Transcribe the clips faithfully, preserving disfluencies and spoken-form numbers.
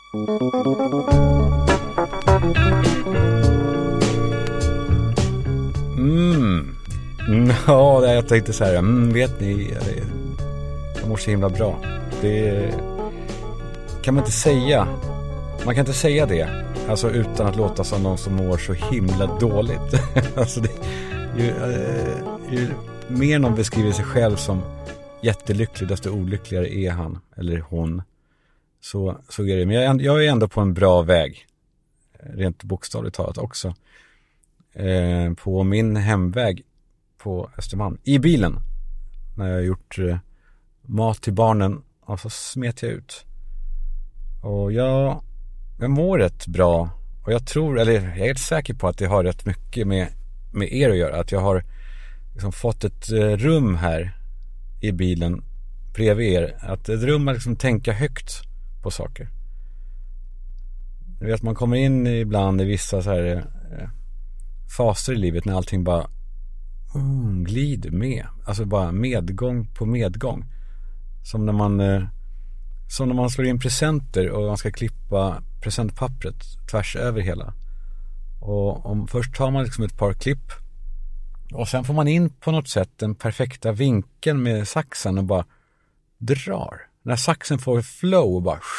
Mm. Ja, jag tänkte så här, mm, vet ni, jag mår så himla bra. Det kan man inte säga. Man kan inte säga det, alltså utan att låta som någon som mår så himla dåligt. Alltså det, ju, ju mer någon beskriver sig själv som jättelycklig, desto olyckligare är han eller hon. Så, så är det. Men jag, jag är ändå på en bra väg, rent bokstavligt talat också. Eh, på min hemväg på Östermalm, i bilen, när jag har gjort eh, mat till barnen, och så smet jag ut. Och jag, jag mår rätt bra. Och jag tror, eller jag är helt säker på att det har rätt mycket med, med er att göra. Att jag har liksom fått ett eh, rum här i bilen bredvid er. Att ett rum att liksom tänka högt på saker. Du vet, man kommer in ibland i vissa så här eh, faser i livet när allting bara mm, glider med. Alltså bara medgång på medgång. Som när man eh, som när man slår in presenter och man ska klippa presentpappret tvärs över hela. Och om, först tar man liksom ett par klipp och sen får man in på något sätt den perfekta vinkeln med saxen och bara drar. När saxen får flow och bara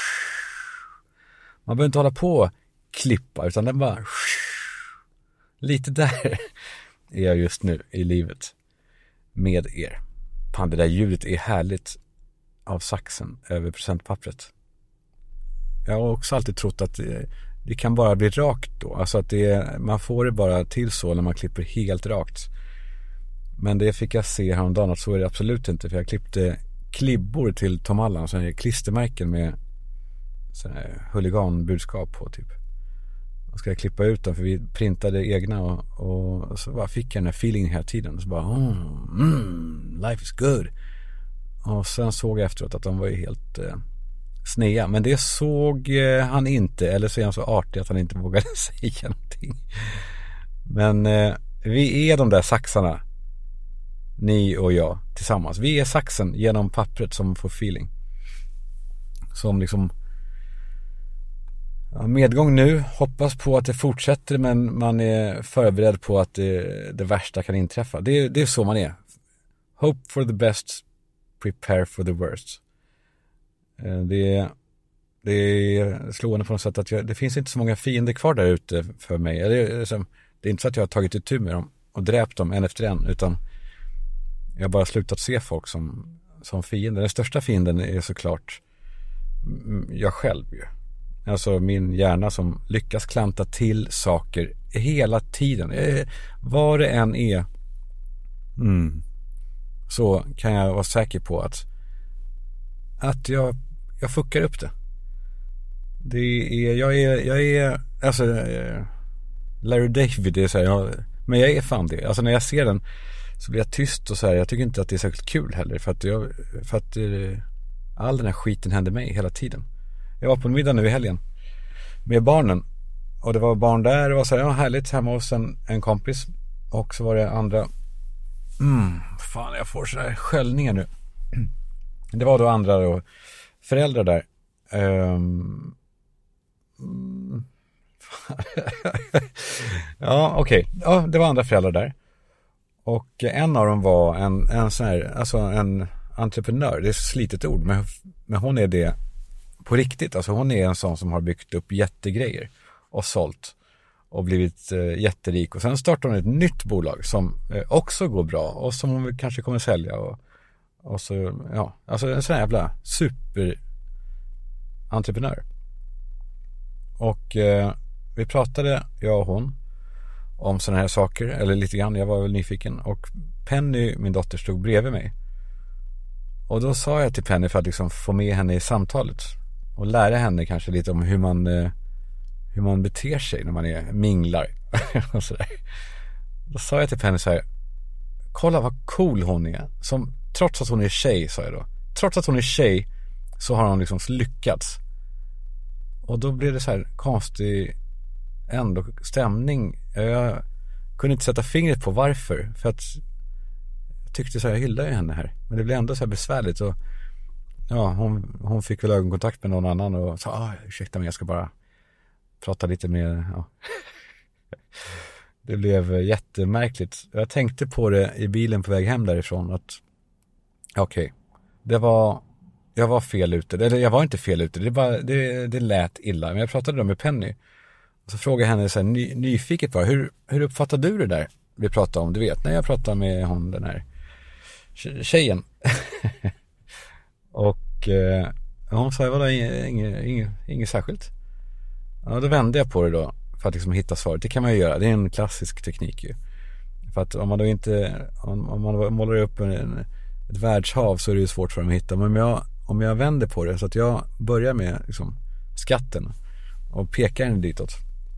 man behöver inte hålla på och klippa, utan den bara lite där är jag just nu i livet med er. Fan, det där ljudet är härligt av saxen över presentpappret. Jag har också alltid trott att det, det kan bara bli rakt då. Alltså att det, man får det bara till så när man klipper helt rakt. Men det fick jag se häromdagen att så är det absolut inte. För jag klippte klibbor till Tom Allan, så är klistermärken med huliganbudskap på typ. Och ska jag klippa ut dem, för vi printade egna, och, och så bara fick jag den här feelingen hela tiden. Och så bara, oh, mm, life is good. Och sen såg jag efteråt att de var ju helt eh, snea. Men det såg eh, han inte, eller så är han så artig att han inte vågade säga någonting. Men eh, vi är de där saxarna, ni och jag tillsammans. Vi är saxen genom pappret som får feeling. Som liksom ja, medgång nu, hoppas på att det fortsätter, men man är förberedd på att det, det värsta kan inträffa. Det, det är så man är. Hope for the best, prepare for the worst. Det, det är slående på något sätt att jag, det finns inte så många fiender kvar där ute för mig. Det är, det är inte så att jag har tagit itu med dem och dräpt dem en efter en, utan jag har bara slutat se folk som, som fiender. Den största fienden är såklart jag själv ju. Alltså min hjärna som lyckas klanta till saker hela tiden. Vad det än är, mm, så kan jag vara säker på att att jag, jag fuckar upp det. Det är, jag är, jag är, alltså Larry David är så här, jag, men jag är fan det. Alltså när jag ser den så blir jag tyst och så här, jag tycker inte att det är särskilt kul heller, för att jag, för att all den här skiten händer mig hela tiden. Jag var på en middag nu i helgen med barnen, och det var barn där, och var så här, ja, härligt, hemma hos en, en kompis, och så var det andra mm, fan jag får sådär skällningar nu. Det var då andra då, föräldrar där. Um, mm, ja, okej. Okay. Ja, det var andra föräldrar där. Och en av dem var en, en sån här, alltså en entreprenör. Det är ett slitet ord, men, men hon är det på riktigt. Alltså hon är en sån som har byggt upp jättegrejer och sålt och blivit eh, jätterik. Och sen startar hon ett nytt bolag som eh, också går bra och som hon kanske kommer sälja. Och, och så, ja, alltså en sån här jävla superentreprenör. Och eh, vi pratade, jag och hon, om såna här saker, eller lite grann, jag var väl nyfiken. Och Penny, min dotter, stod bredvid mig. Och då sa jag till Penny, för att liksom få med henne i samtalet och lära henne kanske lite om hur man eh, hur man beter sig när man är minglar och sådär. Då sa jag till Penny så här: kolla vad cool hon är, som trots att hon är tjej, sa jag då, trots att hon är tjej så har hon liksom lyckats. Och då blev det så här konstig ändå stämning. Jag kunde inte sätta fingret på varför, för att jag tyckte så här, jag hyllade henne här, men det blev ändå så här besvärligt. Och ja, hon, hon fick väl ögonkontakt med någon annan och sa, ah, ursäkta mig, jag ska bara prata lite mer. Ja. Det blev jättemärkligt. Jag tänkte på det i bilen på väg hem därifrån att okej, okay, det var jag var fel ute. Eller jag var inte fel ute. Det, bara, det, det lät illa. Men jag pratade då med Penny. Och så frågade jag henne så här, ny, nyfiket bara, hur, hur uppfattade du det där vi pratade om? Du vet, när jag pratade med hon, den här tjejen. Och eh, hon sa, vadå, inget, inget, inget, inget särskilt. Ja, då vände jag på det då för att liksom hitta svaret. Det kan man ju göra. Det är en klassisk teknik ju. För att om man då inte, om, om man målar upp en, en, ett världshav så är det ju svårt för dem att hitta. Men om jag, om jag vänder på det så att jag börjar med liksom skatten och pekar den ditåt.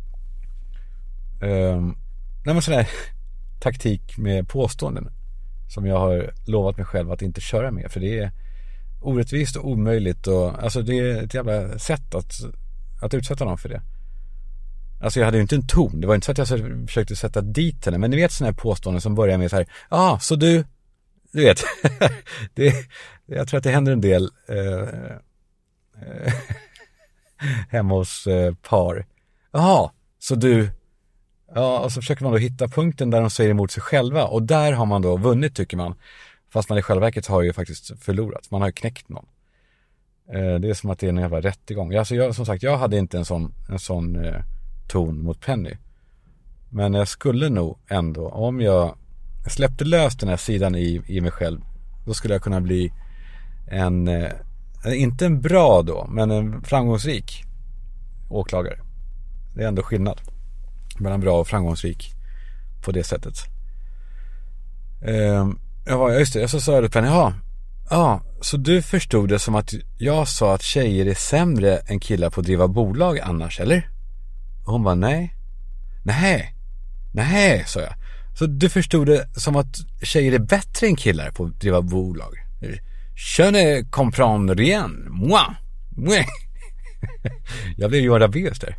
Um, nej men sån här taktik med påståenden som jag har lovat mig själv att inte köra med, för det är orättvist och omöjligt, och alltså det är ett jävla sätt att, att utsätta någon för det. Alltså jag hade ju inte en ton, det var inte så att jag försökte sätta dit henne, men ni vet såna här påståenden som börjar med så här, ja ah, så du du vet det, jag tror att det händer en del eh, eh, hemma hos eh, par. Jaha, så du, ja, och så försöker man då hitta punkten där de säger emot sig själva, och där har man då vunnit, tycker man, fast man i själva verket har ju faktiskt förlorat, man har ju knäckt någon. Eh, det är som att det är en jävla rättegång. Alltså jag, som sagt, jag hade inte en sån, en sån eh, ton mot Penny, men jag skulle nog ändå, om jag släppte lös den här sidan i, i mig själv, då skulle jag kunna bli en, eh, inte en bra då, men en framgångsrik åklagare. Det är ändå skillnad mellan bra och framgångsrik på det sättet. Eh, ja, just det, så sa jag det, Penny, ja, ja, så du förstod det som att jag sa att tjejer är sämre än killar på att driva bolag annars, eller? Och hon bara, nej. Nej, nej, sa jag. Så du förstod det som att tjejer är bättre än killar på att driva bolag. Je ne comprends rien. Moi. Moi. Jag blev Johan Rabaeus där.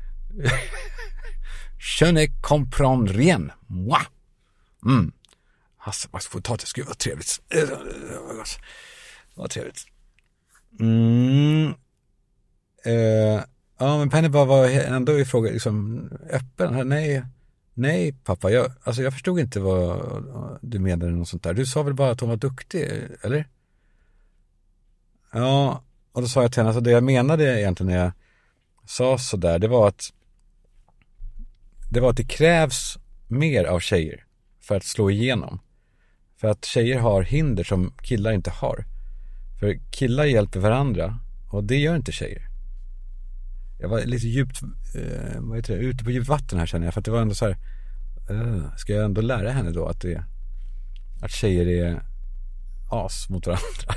Je ne comprends rien. Moi. Mm. Hasse, man får ta det, skulle vara trevligt. Vad trevligt. Mm. Uh, ja, men Penny bara var ändå i fråga liksom öppen. Nej. Nej, pappa, jag, alltså jag förstod inte vad du menade, något sånt där. Du sa väl bara att hon var duktig, eller? Ja, och då sa jag till henne, alltså det jag menade egentligen när jag sa så där, det var att det var att det krävs mer av tjejer för att slå igenom. För att tjejer har hinder som killar inte har. För killar hjälper varandra, och det gör inte tjejer. Jag var lite djupt eh, vad heter det, ute på djupt vatten här, känner jag, för att det var ändå så här, uh, ska jag ändå lära henne då att det att tjejer är as mot varandra.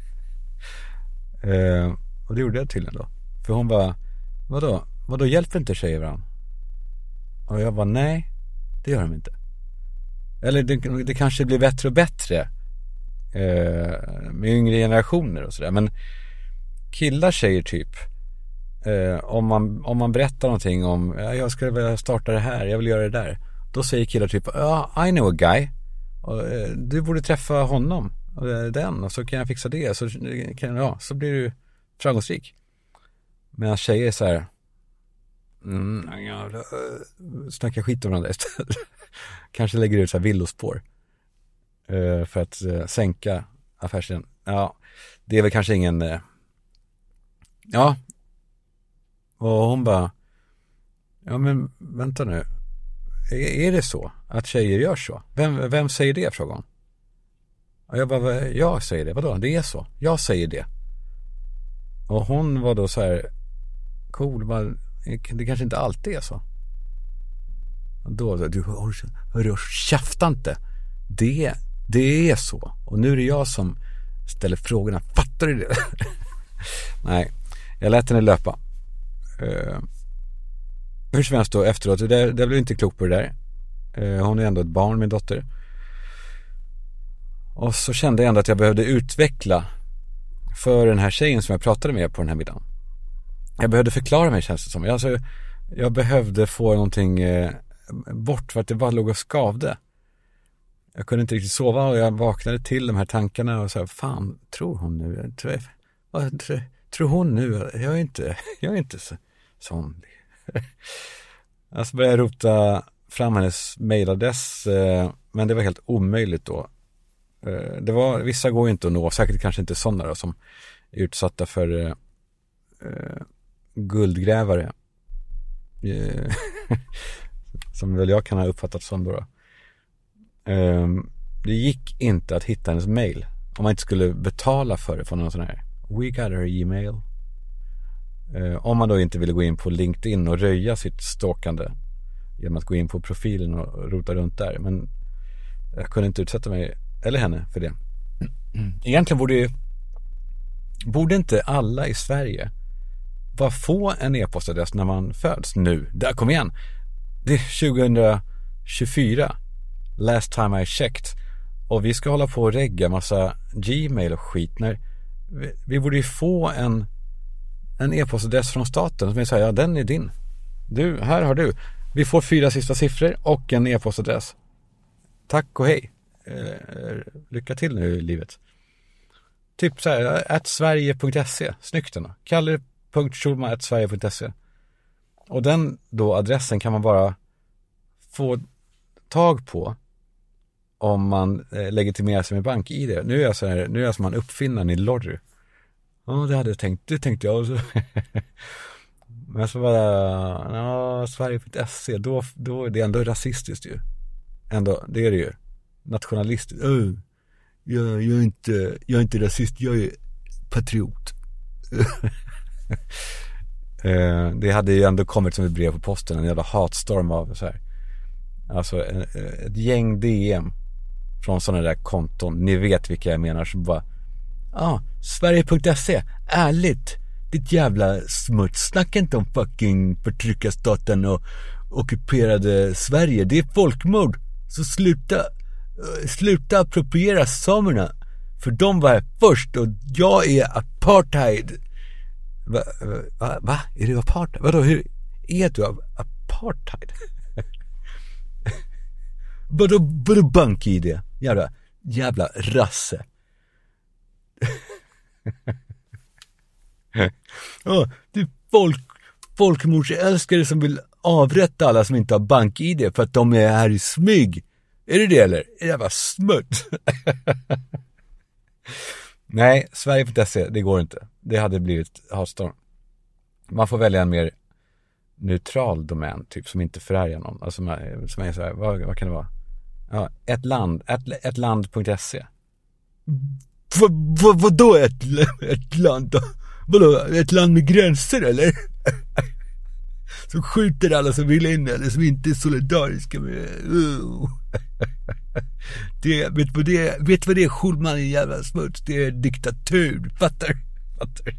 uh, och det gjorde jag till henne då, för hon bara, vadå, vadå hjälper inte tjejer varandra? Och jag bara, nej, det gör de inte. Eller det, det kanske blir bättre och bättre uh, med yngre generationer och sådär, men killar tjejer typ, Uh, om, man, om man berättar någonting om ja, jag ska vilja starta det här, jag vill göra det där, då säger killar typ, ja, uh, I know a guy, och, uh, du borde träffa honom och uh, den, och så kan jag fixa det, så, kan, ja, så blir du framgångsrik. Men tjejer är så här, mm, ja, uh, snackar skit om varandra istället. Kanske lägger ut så här villospår uh, för att uh, sänka affärsen. Ja, det är väl kanske ingen uh, ja. Och hon bara, ja men vänta nu, är, är det så att tjejer gör så? Vem, vem säger det, frågar hon. Och jag bara, jag säger det, vadå? Det är så, jag säger det. Och hon var då så här cool, bara, det kanske inte alltid är så. Och då, du hör, käfta inte. Det, det är så. Och nu är det jag som ställer frågorna, fattar du det? Nej, jag lät henne löpa. Uh, hur som helst då efteråt, det, det blev inte klokt på det där. Uh, hon är ändå ett barn, min dotter. Och så kände jag ändå att jag behövde utveckla för den här tjejen som jag pratade med på den här middagen. Jag behövde förklara mig, känns det som. Alltså, jag behövde få någonting uh, bort, för att det bara låg och skavde. Jag kunde inte riktigt sova, och jag vaknade till de här tankarna och så här, fan, tror hon nu? Vad tr- tror hon nu? Jag är inte, jag är inte så, sån. Jag började rota fram hennes mailadress, eh, men det var helt omöjligt då. Eh, det var, vissa går ju inte att nå, säkert kanske inte sådana då, som är utsatta för eh, eh, guldgrävare. Eh, som väl jag kan ha uppfattat som då. då. Eh, det gick inte att hitta hennes mail om man inte skulle betala för det från någon sån här We got her email. Eh, om man då inte ville gå in på LinkedIn och röja sitt stalkande genom att gå in på profilen och rota runt där. Men jag kunde inte utsätta mig eller henne för det. Egentligen borde ju, borde inte alla i Sverige bara få en e-postadress när man föds nu? Där, kom igen. Det är tjugo tjugofyra. Last time I checked. Och vi ska hålla på och regga massa Gmail och skit. När vi, vi borde ju få en en e-postadress från staten som är så här, ja, den är din. Du, här har du. Vi får fyra sista siffror och en e-postadress. Tack och hej. Eh, lycka till nu i livet. Typ så här, at sverige punkt se. Snyggt ändå. kalle punkt schulman at sverige punkt se. Och den då adressen kan man bara få tag på om man eh, legitimerar sig med bank-I D. Nu är jag så här, nu är jag som man uppfinnaren i Lorry. Ja, det hade jag tänkt. Det tänkte jag också. Men så bara, ja, sverige punkt se, då, då är det ändå rasistiskt ju. Ändå, det är det ju. Nationalistiskt. Uh, jag, jag, är inte, jag är inte rasist, jag är patriot. uh, det hade ju ändå kommit som ett brev på posten, en jävla hatstorm av så här. Alltså ett, ett gäng D M från sådana där konton. Ni vet vilka jag menar, som bara, ja, ah, sverige punkt se, ärligt, ditt jävla smuts, snacka inte om fucking förtryckarstaten och ockuperade Sverige, det är folkmord, så sluta uh, sluta appropriera samerna, för de var här först och jag är apartheid. Va? Va? Va? Är du apartheid? Vadå, hur är du apartheid? Vadå, vadå bank i det? Jävla, jävla rasse. Ja, det är folk, folkmordsälskare som vill avrätta alla som inte har bank-I D för att de är här i smyg. Är det det eller? Är det bara smutt? Nej, sverige punkt se, det går inte. Det hade blivit hatstorm. Man får välja en mer neutral domän, typ, som inte förargar någon. Alltså, som är så här, vad, vad kan det vara? Ja, ett land, ett, ett land punkt se. Vad, vad, vadå ett, ett land då? Vadå, ett land med gränser eller? Som skjuter alla som vill in eller som inte är solidariska med. Uh. Det, vet vad det är? Vet vad det är? Schulman är jävla smuts. Det är diktatur. Fattar? Fattar?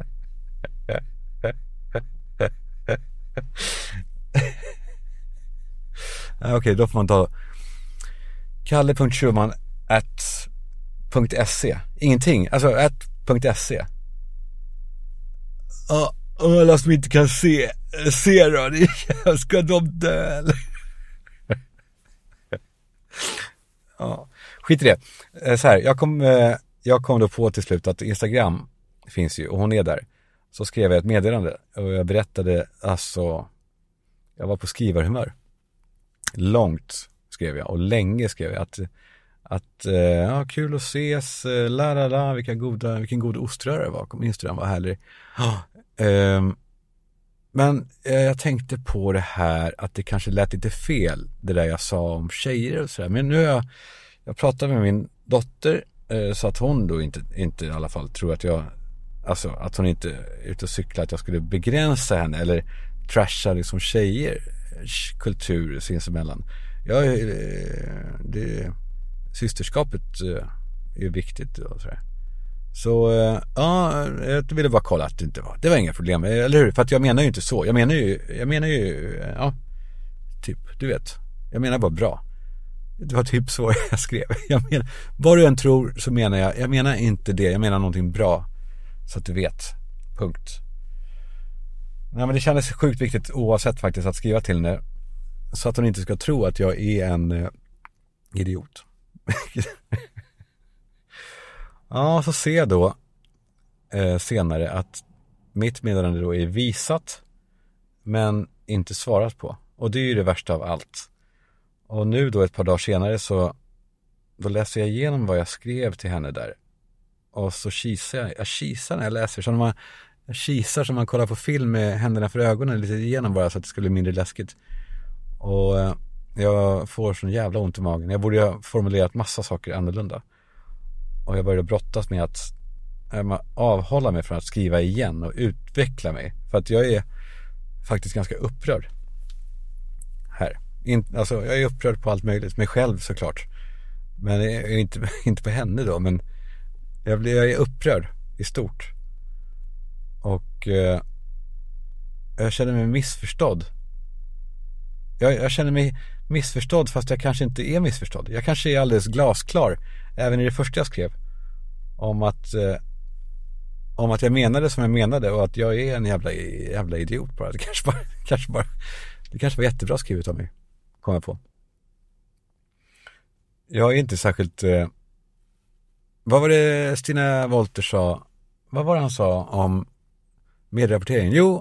Okej, okay, då får man ta kalle punkt schulman at .se. Ingenting. Alltså at .se. Ja, alla som inte kan se se då, det, ska de dö eller? Ja, skit i det. Så här, jag kom jag kom då på till slut att Instagram finns ju och hon är där. Så skrev jag ett meddelande och jag berättade, alltså jag var på skrivarhumör. Långt skrev jag och länge skrev jag att att ja, kul att ses, la la la, vilka goda, vilken god oströre var, minns du den, var härlig. Ja. Um, men eh, jag tänkte på det här att det kanske lät lite fel det där jag sa om tjejer och sådär. Men nu har jag, jag pratat med min dotter eh, så att hon då inte, inte i alla fall tror att jag, alltså att hon inte är ute och cyklar, att jag skulle begränsa henne eller trasha liksom tjejer kultur sinsemellan. Jag eh, det systerskapet eh, är viktigt och sådär. Så ja, jag ville bara kolla att det inte var. Det var inga problem, eller hur? För att jag menar ju inte så. Jag menar ju, jag menar ju, ja, typ, du vet. Jag menar bara bra. Det var typ så jag skrev. Jag menar, vad du än tror så menar jag, jag menar inte det. Jag menar någonting bra. Så att du vet. Punkt. Nej, men det kändes sjukt viktigt oavsett faktiskt att skriva till henne. Så att hon inte ska tro att jag är en uh, idiot. Ja, så ser jag då eh, senare att mitt meddelande då är visat men inte svarat på. Och det är ju det värsta av allt. Och nu då ett par dagar senare så då läser jag igenom vad jag skrev till henne där. Och så kisar jag, jag kisar när jag läser. Så när man, jag kisar som man kollar på film med händerna för ögonen lite igenom bara så att det ska bli mindre läskigt. Och eh, jag får sån jävla ont i magen. Jag borde ha formulerat massa saker annorlunda. Och jag började brottas med att äh, avhålla mig från att skriva igen och utveckla mig. För att jag är faktiskt ganska upprörd här. In, alltså jag är upprörd på allt möjligt. Mig själv såklart. Men jag är inte, inte på henne då. Men jag, blir, jag är upprörd i stort. Och eh, jag känner mig missförstådd. Jag, jag känner mig missförstådd fast jag kanske inte är missförstådd. Jag kanske är alldeles glasklar även i det första jag skrev om att eh, om att jag menade som jag menade och att jag är en jävla, jävla idiot bara. Det kanske bara, kanske bara det kanske var jättebra skrivet av mig, kom jag på. Jag är inte särskilt eh, vad var det Stina Wolter sa? Vad var det han sa om medierapportering? Jo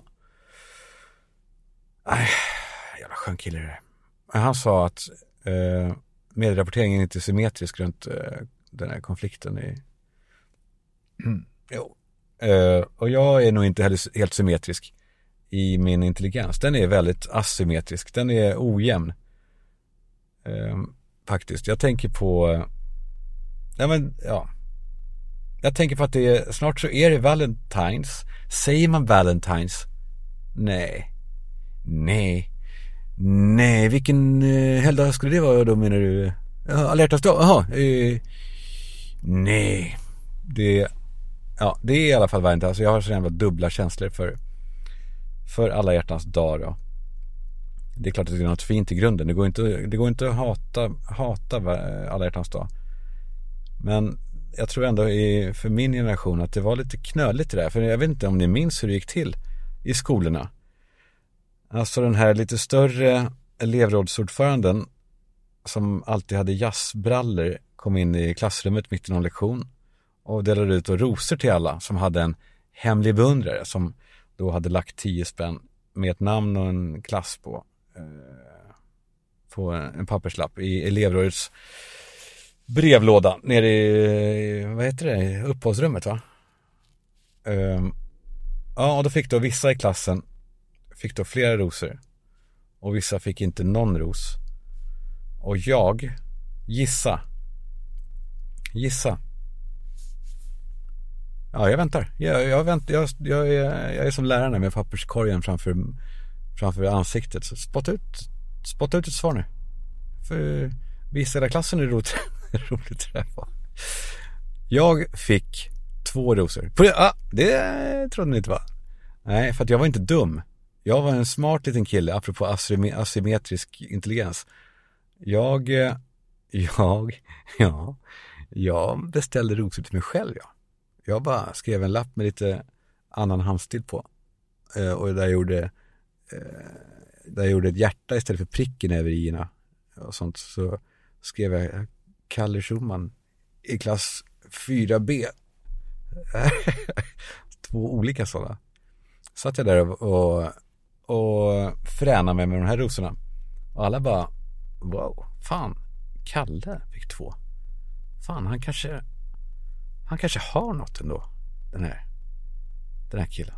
nej, jävla skön kille det. Han sa att eh, medierapporteringen är inte symmetrisk runt eh, den här konflikten i mm. jo. Eh, och jag är nog inte heller helt symmetrisk i min intelligens. Den är väldigt asymmetrisk. Den är ojämn. Eh, faktiskt. Jag tänker på eh, ja men ja. Jag tänker på att det är, snart så är det Valentines. Säger man Valentines? Nej. Nej. Nej, vilken eh, helgdag skulle det vara då menar du? Ja, alla hjärtans dag, jaha. Eh, nej. Det, ja, det är i alla fall varmt. Alltså jag har så jävla dubbla känslor för, för alla hjärtans dag då. Det är klart att det är något fint i grunden. Det går inte, det går inte att hata, hata alla hjärtans dag. Men jag tror ändå i, för min generation att det var lite knöligt det där. För jag vet inte om ni minns hur det gick till i skolorna. Alltså den här lite större elevrådsordföranden som alltid hade jazzbrallor kom in i klassrummet mitt i någon lektion och delade ut rosor till alla som hade en hemlig beundrare som då hade lagt tio spänn med ett namn och en klass på eh, på en papperslapp i elevrådets brevlåda nere i, vad heter det, uppehållsrummet va? Um, ja, och då fick då vissa i klassen fick då flera rosor och vissa fick inte någon ros. Och jag gissa gissa ja, jag väntar jag, jag, väntar, jag, jag, är, jag är som lärarna med papperskorgen framför, framför ansiktet. Så spotta ut, spotta ut ett svar nu. För vissa hela klassen är roligt, roligt det var. Jag fick två rosor. Ah, det trodde ni inte va? Nej, för att jag var inte dum. Jag var en smart liten kille, apropå asymmetrisk intelligens. Jag, jag, ja, jag beställde rosor till mig själv, ja. Jag bara skrev en lapp med lite annan handstil på. Eh, och där jag gjorde, eh, där jag gjorde ett hjärta istället för pricken över i-erna och sånt. Så skrev jag Kalle Schumann i klass fyra B. Två olika sådana. Satt jag där och och fräna mig med de här rosorna. Och alla bara wow, fan, Kalle fick två. Fan, han kanske han kanske har något ändå, den här den här killen.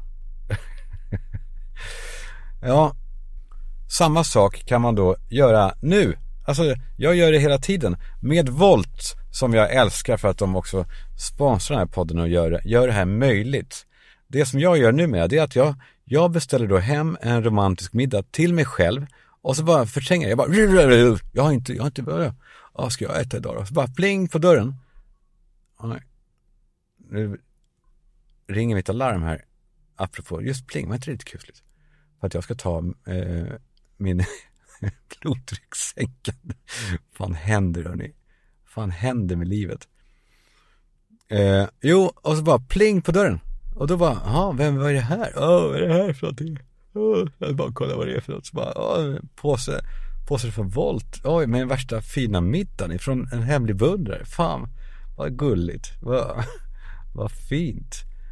Ja, samma sak kan man då göra nu. Alltså, jag gör det hela tiden med Volt, som jag älskar för att de också sponsrar den här podden och gör, gör det här möjligt. Det som jag gör nu med det är att jag, jag beställer då hem en romantisk middag till mig själv och så bara förtränger jag bara jag har inte, jag har inte börjat. Ja, ska jag äta idag då? Så bara pling på dörren. Nej. Nu ringer mitt alarm här. Apropå just pling, men inte riktigt kusligt. För att jag ska ta eh, min blodtryckssänkande. Fan händer hörni. Fan händer med livet. Eh, jo, och så bara pling på dörren. Och då bara, ja, vem var det här? Åh, oh, vad är det här för någonting? Oh, jag bara kolla vad det är för något. Så bara, oh, påse, påse för Volt. Oj, med den värsta fina middagen från en hemlig beundrare. Fan, vad gulligt. Vad, vad fint.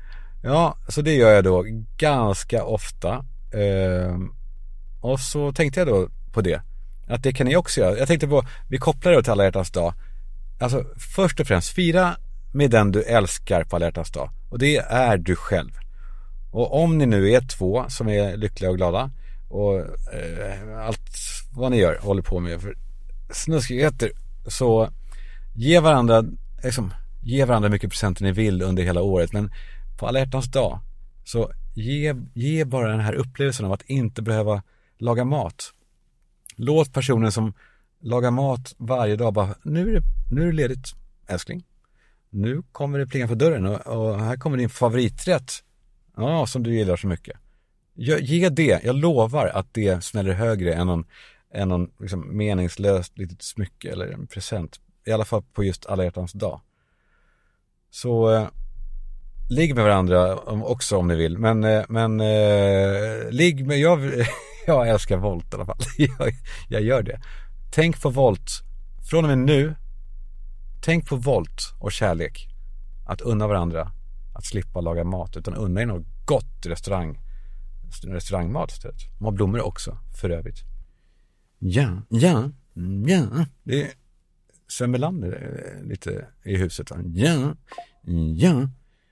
Ja, så det gör jag då ganska ofta. Eh, och så tänkte jag då på det. Att det kan ni också göra. Jag tänkte på, vi kopplar det till alla hjärtans dag. Alltså först och främst, fira med den du älskar på alla hjärtans dag. Och det är du själv. Och om ni nu är två som är lyckliga och glada och eh, allt vad ni gör håller på med för snuskigheter, så ge varandra liksom, ge varandra mycket presenter ni vill under hela året, men på alla hjärtans dag så ge, ge bara den här upplevelsen av att inte behöva laga mat. Låt personen som lagar mat varje dag bara, nu är det, nu är det ledigt, älskling. Nu kommer det plinga på dörren och, och här kommer din favoriträtt. Ja, som du gillar så mycket. Jag, ge det, jag lovar att det smäller högre än någon, än någon liksom meningslöst litet smycke eller en present. I alla fall på just alla hjärtans dag. Så eh, ligg med varandra också om ni vill. Men, eh, men eh, ligg med, jag, jag älskar Volt i alla fall. jag, jag gör det. Tänk på Volt. Från och med nu, tänk på Volt och kärlek. Att unna varandra. Att slippa laga mat, utan unna er något gott restaurang, restaurangmat istället. De har blommor också, för övrigt. Ja, ja, ja. Det är Sven Melander lite i huset. Va? Ja, ja,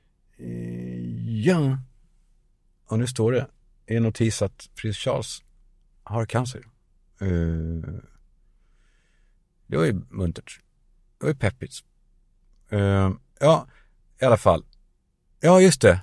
ja. Och nu står det i en notis att prins Charles har cancer. Uh, det var ju muntert. Det var ju peppigt. Uh, ja, i alla fall. Ja, just det.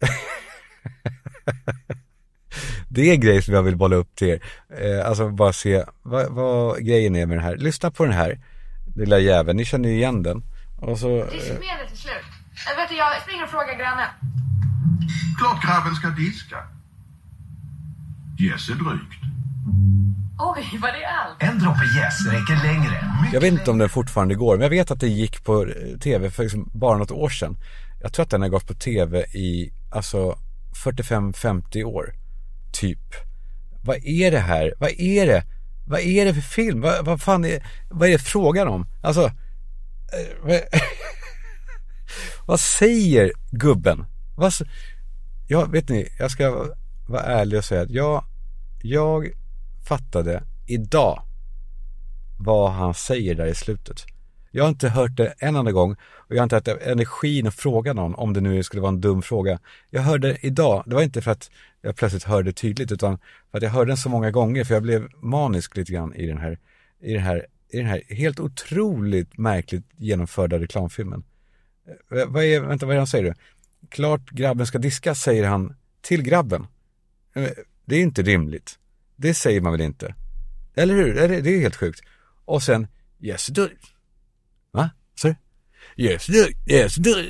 Det är grejer som jag vill bolla upp till er. Eh, alltså bara se vad, vad grejen är med den här. Lyssna på den här lilla jäveln. Ni känner ju igen den. Och så... Eh... Diskmedel till slut. Jag vet, jag springer och frågar grannen. Klart grabben ska diska. Yes är drygt. Oj, vad det är allt. En droppe yes räcker längre. Mycket jag vet inte om den fortfarande går, men jag vet att det gick på tv för liksom bara något år sedan. Jag tror att den har gått på tv i alltså fyrtiofem femtio år. Typ. Vad är det här? Vad är det? Vad är det för film? Vad, vad fan är, vad är det frågan om? Alltså vad, vad säger gubben? Vad, ja, vet ni, jag ska vara ärlig och säga att jag, jag fattade idag vad han säger där i slutet. Jag har inte hört det en enda gång och jag har inte haft energin att fråga någon om det nu skulle vara en dum fråga. Jag hörde det idag. Det var inte för att jag plötsligt hörde tydligt, utan för att jag hörde den så många gånger, för jag blev manisk lite grann i den här i den här, i den här helt otroligt märkligt genomförda reklamfilmen. Vad är, vänta, vad är det han säger? Klart grabben ska diska, säger han till grabben. Det är inte rimligt. Det säger man väl inte? Eller hur? Det är helt sjukt. Och sen, yes, du. Va? Sorry? Yes, du. Yes, du.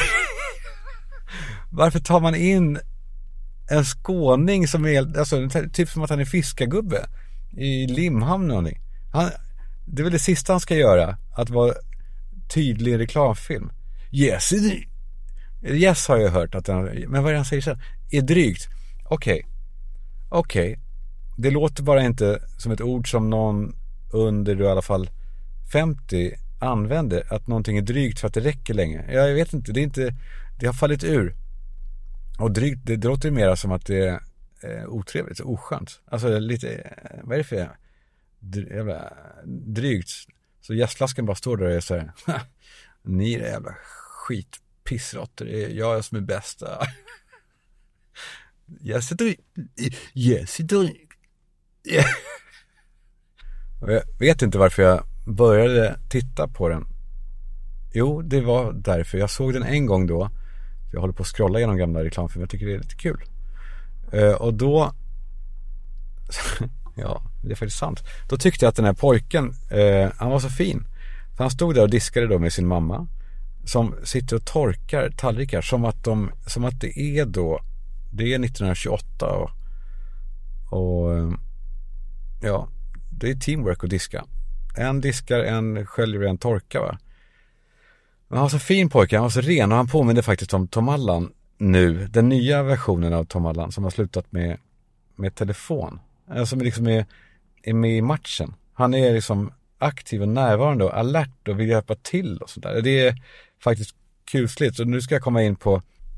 Varför tar man in en skåning som är, alltså, typ som att han är fiskargubbe i Limhamn eller någonting? Han, det är väl det sista han ska göra, att vara tydlig i reklamfilm. Yes, du. Yes har jag hört att han, men vad är det han säger sen? Är drygt. Okej. Okay. Okej. Okay. Det låter bara inte som ett ord som någon under i alla fall femtio använder, att någonting är drygt för att det räcker länge. Jag vet inte, det är inte, det har fallit ur. Och drygt, det, det låter mer som att det är eh, otrevligt, oskönt. Alltså lite, vad är det för dry, jävla drygt? Så jazzflaskan bara står där och är så här, ni är det jävla skitpissrotter, det är jag som är bästa. Yes, it yes, it yeah. Jag vet inte varför jag började titta på den. Jo, det var därför. Jag såg den en gång då. Jag håller på att scrolla igenom gamla reklamfilmer. Jag tycker det är lite kul. Uh, och då ja, det är faktiskt sant. Då tyckte jag att den här pojken uh, han var så fin. För han stod där och diskade då med sin mamma, som sitter och torkar tallrikar som att de, som att det är då det är nittonhundratjugoåtta och, och ja, det är teamwork att diska. En diskar, en sköljer och en torkar, va? Men han var så fin pojke, han var så ren, och han påminner faktiskt om Tom Allan nu, den nya versionen av Tom Allan som har slutat med, med telefon. Alltså liksom är, är med i matchen. Han är liksom aktiv och närvarande och alert och vill hjälpa till och sådär. Det är faktiskt kusligt. Så nu ska jag komma in på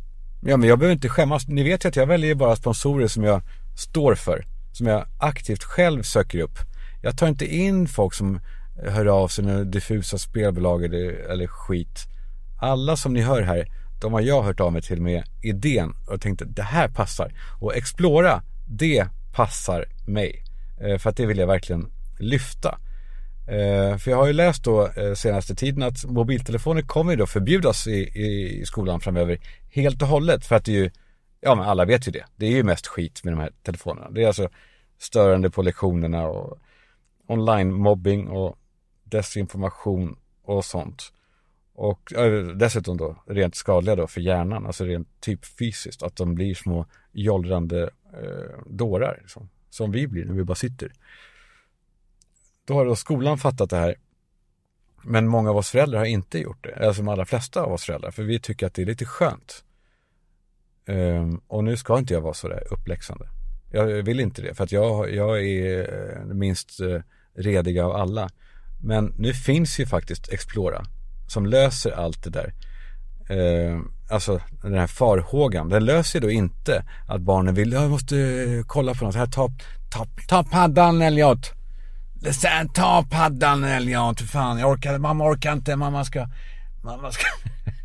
Ja, men jag behöver inte skämmas. Ni vet ju att jag väljer bara sponsorer som jag står för. Som jag aktivt själv söker upp. Jag tar inte in folk som hör av sig när diffusa spelbolag eller, eller skit. Alla som ni hör här, de har jag hört av mig till med idén och tänkte det här passar. Och Explora, det passar mig. Eh, för att det vill jag verkligen lyfta. Eh, för jag har ju läst då eh, senaste tiden att mobiltelefoner kommer då förbjudas i, i, i skolan framöver helt och hållet. För att det är ju, ja men alla vet ju det. Det är ju mest skit med de här telefonerna. Det är alltså störande på lektionerna och online-mobbing och desinformation och sånt. Och äh, dessutom då rent skadliga då för hjärnan, alltså rent typ fysiskt, att de blir små jollrande eh, dårar liksom, som vi blir när vi bara sitter. Då har då skolan fattat det här, men många av oss föräldrar har inte gjort det, alltså de allra flesta av oss föräldrar, för vi tycker att det är lite skönt. Um, och nu ska inte jag vara så där uppläxande. Jag vill inte det, för att jag, jag är minst uh, rediga av alla. Men nu finns ju faktiskt Explora som löser allt det där. Uh, alltså den här farhågan. Den löser då inte att barnen vill, jag måste kolla på något här. Ta, ta, ta paddan, Elliot. Ta paddan, Elliot. Fan, jag orkar, mamma orkar inte. Mamma ska... Mamma ska...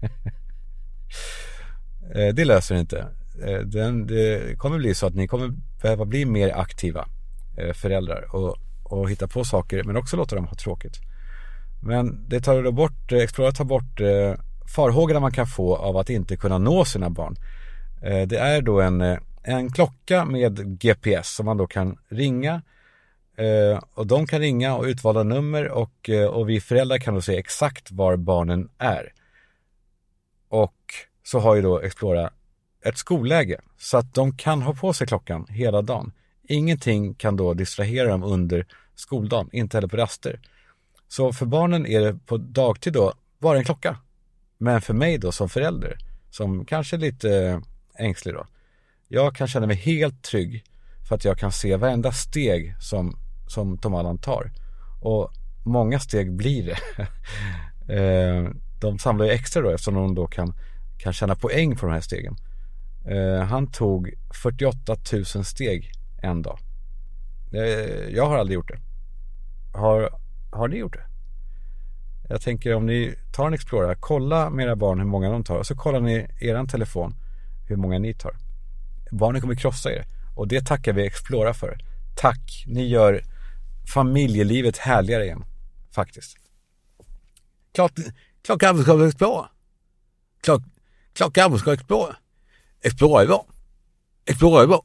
uh, det löser inte. Uh, den, det kommer bli så att ni kommer behöva bli mer aktiva uh, föräldrar. Och och hitta på saker, men också låta dem ha tråkigt. Men det tar då bort, Explora tar bort eh, farhågorna man kan få av att inte kunna nå sina barn. Eh, det är då en, en klocka med G P S som man då kan ringa eh, och de kan ringa och utvalda nummer och, eh, och vi föräldrar kan då se exakt var barnen är. Och så har ju då Explora ett skolläge så att de kan ha på sig klockan hela dagen. Ingenting kan då distrahera dem under skoldagen, inte heller på raster. Så för barnen är det på dagtid då bara en klocka. Men för mig då som förälder, som kanske är lite ängslig då, jag kan känna mig helt trygg för att jag kan se varenda steg som, som Tom Allan tar. Och många steg blir det. De samlar ju extra då eftersom de då kan, kan tjäna poäng på de här stegen. Han tog fyrtioåtta tusen steg en dag. Jag har aldrig gjort det. Har, har ni gjort det? Jag tänker om ni tar en Explorer, kolla med era barn hur många de tar och så kollar ni eran telefon hur många ni tar. Barnen kommer krossa er och det tackar vi Explorer för. Tack, ni gör familjelivet härligare igen. Faktiskt. Klart, klart att ska Explorer. Klart, klart att ska Explorer. Explorer är bra. Explorer är bra.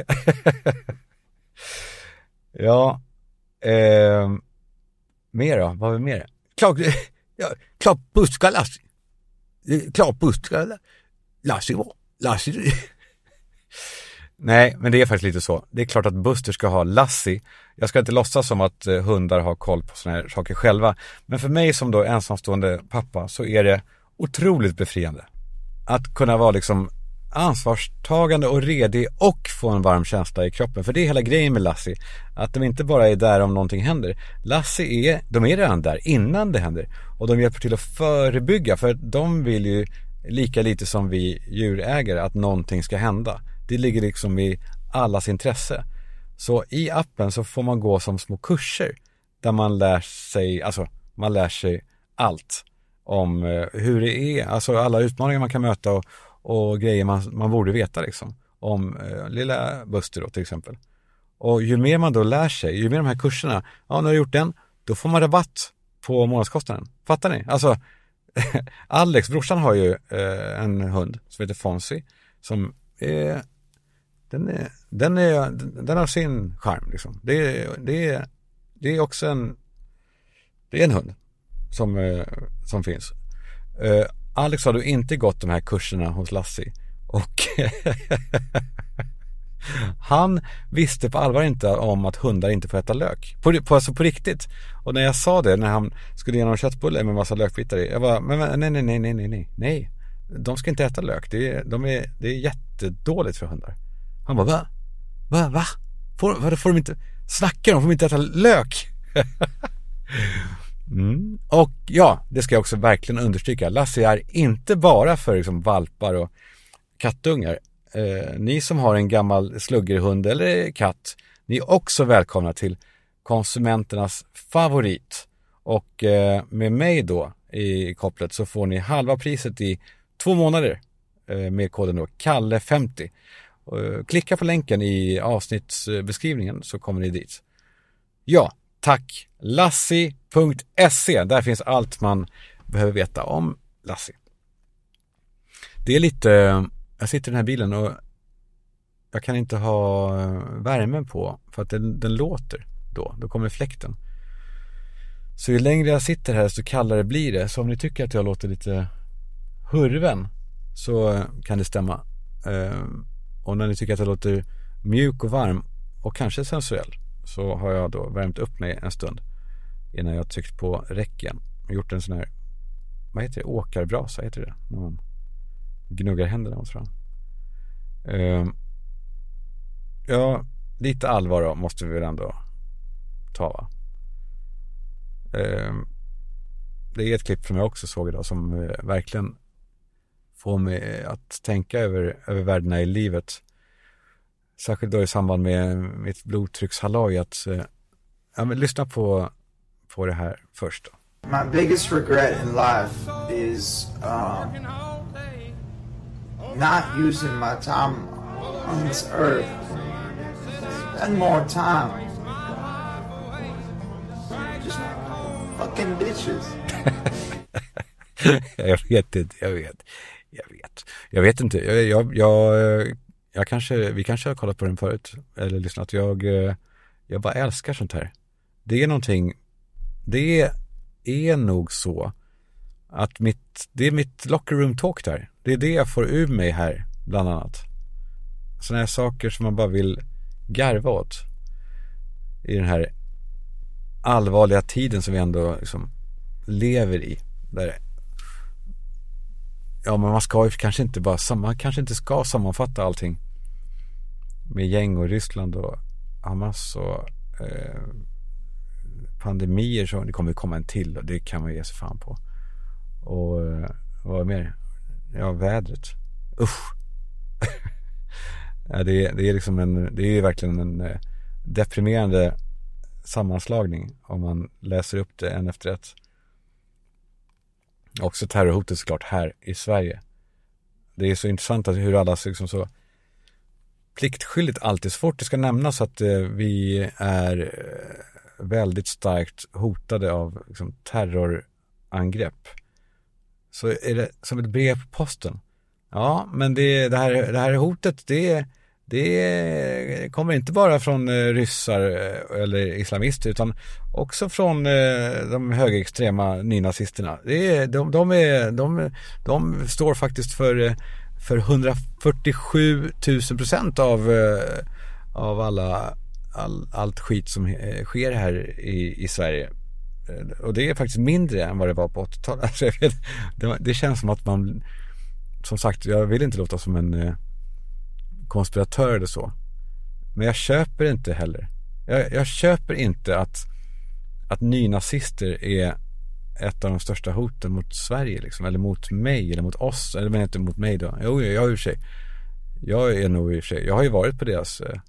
Ja. Eh, mer då? Vad har vi mer? Klart, ja, klart buskar Lassie. Klart buskar Lassie var. Lassie. Nej, men det är faktiskt lite så. Det är klart att Buster ska ha Lassie. Jag ska inte låtsas som att eh, hundar har koll på såna här saker själva. Men för mig som då ensamstående pappa så är det otroligt befriande. Att kunna vara liksom ansvarstagande och redig och få en varm känsla i kroppen. För det är hela grejen med Lassie. Att de inte bara är där om någonting händer. Lassie är, de är redan där innan det händer. Och de hjälper till att förebygga. För de vill ju lika lite som vi djurägare att någonting ska hända. Det ligger liksom i allas intresse. Så i appen så får man gå som små kurser. Där man lär sig, alltså man lär sig allt. Om eh, hur det är. Alltså alla utmaningar man kan möta och och grejer man, man borde veta liksom. Om eh, lilla Buster då till exempel. Och ju mer man då lär sig, ju mer de här kurserna, ja när du har gjort den, då får man rabatt på månadskostnaden. Fattar ni? Alltså Alex, brorsan har ju eh, en hund som heter Fonzie som är den är den är den har sin charm liksom. Det är det är det är också en det är en hund som eh, som finns. Eh, Alex har du inte gått de här kurserna hos Lassie och han visste på allvar inte om att hundar inte får äta lök på, på, alltså på riktigt. Och när jag sa det, när han skulle ge någon köttbulle med massa lökbitar i, jag bara, men, men nej, nej, nej, nej, nej, nej, nej, de ska inte äta lök, det är, de är, det är jättedåligt för hundar. Han bara, va? Va? Va? Får, vad får de inte, snackar de, får de inte äta lök? Mm. Och ja, det ska jag också verkligen understryka. Lassie är inte bara för liksom valpar och kattungar. Eh, ni som har en gammal sluggerhund eller katt, ni är också välkomna till konsumenternas favorit. Och eh, med mig då i kopplet så får ni halva priset i två månader eh, med koden då Kalle femtio. Eh, klicka på länken i avsnittsbeskrivningen så kommer ni dit. Ja, tack. Lassi punkt se. Där finns allt man behöver veta om Lassi. Det är lite... Jag sitter i den här bilen och jag kan inte ha värmen på för att den, den låter då. Då kommer fläkten. Så ju längre jag sitter här så kallare blir det. Så om ni tycker att jag låter lite hurven så kan det stämma. Och när ni tycker att jag låter mjuk och varm och kanske sensuell så har jag då värmt upp mig en stund innan jag tryckt på räcken och gjort en sån här, vad heter det, åkarbrasa heter det när man gnuggar händerna mot fram. Uh, ja, lite allvar då måste vi väl ändå ta, va? Uh, det är ett klipp som jag också såg idag som uh, verkligen får mig att tänka över, över värdena i livet. Särskilt då i samband med mitt blodtryckshalloj att uh, ja, men lyssna på, på det här först då. My biggest regret in life is um, not using my time on this earth. Spend more time. Just fucking bitches. jag vet inte, jag vet. Jag vet. Jag vet inte. Jag, jag, jag, jag kanske, vi kanske har kollat på den förut eller lyssnat. Jag, jag bara älskar sånt här. Det är någonting, det är nog så att mitt, det är mitt locker room talk där. Det är det jag får ur mig här bland annat. Såna här saker som man bara vill garva åt i den här allvarliga tiden som vi ändå liksom lever i. Där, ja, men man ska ju kanske inte bara man kanske inte ska sammanfatta allting med gäng och Ryssland och Hamas och eh, pandemier, så det kommer komma en till och det kan man ge sig fan på. Och eh, vad mer? Ja, vädret. Usch. ja, det, det är liksom en, det är verkligen en eh, deprimerande sammanslagning om man läser upp det en efter ett. Också terrorhotet såklart här i Sverige. Det är så intressant att hur alla liksom så pliktskyldigt alltid, så fort det ska nämnas att eh, vi är eh, väldigt starkt hotade av liksom, terrorangrepp, så är det som ett brev på posten. Ja, men det, det, här, det här hotet, det, det kommer inte bara från eh, ryssar eller islamister, utan också från eh, de högerextrema nynazisterna. Det är, de, de, är, de, de står faktiskt för, för hundrafyrtiosju tusen procent av, eh, av alla, all, allt skit som eh, sker här i, i Sverige. Och det är faktiskt mindre än vad det var på åttiotalet. Alltså, jag vet, det, det känns som att man, som sagt, jag vill inte låta som en eh, konspiratör eller så. Men jag köper inte heller. Jag, jag köper inte att, att nynazister är ett av de största hoten mot Sverige liksom, eller mot mig eller mot oss, eller men inte mot mig då. Jo, jag har ju sig. Jag är nog i och för sig. Jag har ju varit på deras eh,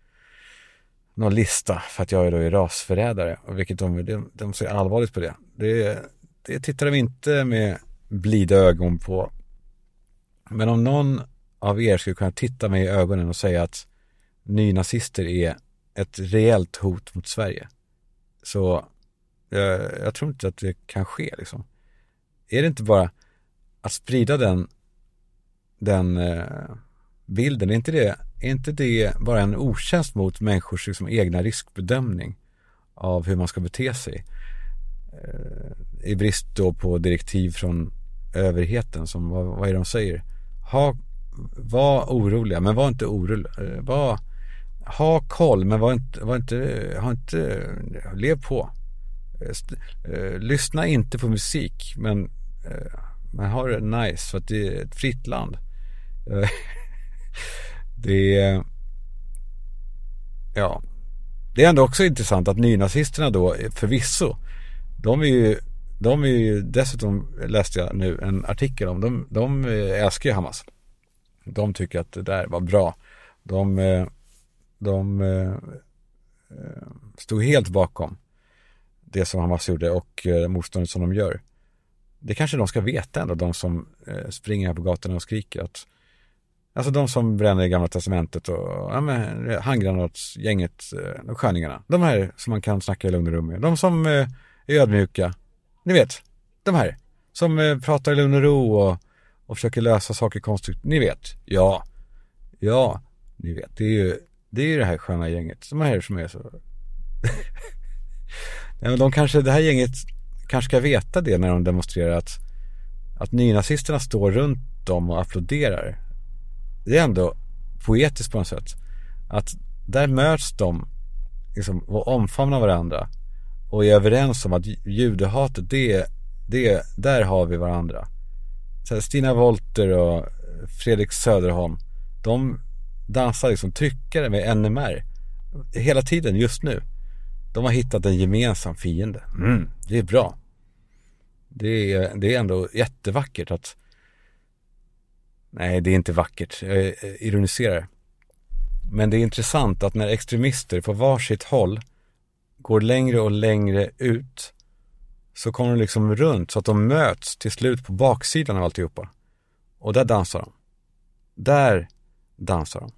någon lista för att jag är då är rasförrädare, och vilket de, de, de ser allvarligt på det. Det, det tittar de inte med blida ögon på. Men om någon av er skulle kunna titta mig i ögonen och säga att nynazister är ett reellt hot mot Sverige, så jag, jag tror inte att det kan ske liksom. Är det inte bara att sprida den den eh, bilden, är inte det är inte det bara en otjänst mot människors liksom, egna riskbedömning av hur man ska bete sig eh, i brist då på direktiv från överheten, som vad, vad är det de säger? Ha, var oroliga, men var inte oroliga. Var, ha koll, men var inte, var inte, ha inte, lev på. St- uh, lyssna inte på musik, men, uh, men ha det nice, för att det är ett fritt land. Uh, det är, ja, det är ändå också intressant att nynazisterna då, förvisso, de är ju de är ju dessutom, läste jag nu en artikel om, de, de älskar ju Hamas. De tycker att det där var bra. De, de stod helt bakom det som Hamas gjorde och motståndet som de gör. Det kanske de ska veta ändå, de som springer här på gatorna och skriker att, alltså de som bränner i Gamla testamentet och ja, men, handgranatsgänget, de sköningarna, de här som man kan snacka i lugn och ro med, de som är ödmjuka, ni vet, de här som pratar i lugn och ro och, och försöker lösa saker konstruktivt, ni vet, ja, ja, ni vet, det är ju det, är ju det här sköna gänget, de här som är så ja, men de kanske, det här gänget kanske ska veta det när de demonstrerar att, att nynazisterna står runt dem och applåderar. Det är ändå poetiskt på något sätt. Att där möts de liksom, och omfamnar varandra och är överens om att judehatet, det, det, där har vi varandra. Så här, Stina Wolter och Fredrik Söderholm, de dansar liksom tryckare med N M R hela tiden just nu. De har hittat en gemensam fiende. Mm, det är bra. Det är, det är ändå jättevackert att... Nej, det är inte vackert. Jag ironiserar. Men det är intressant att när extremister på varsitt håll går längre och längre ut, så kommer de liksom runt så att de möts till slut på baksidan av alltihopa. Och där dansar de. Där dansar de.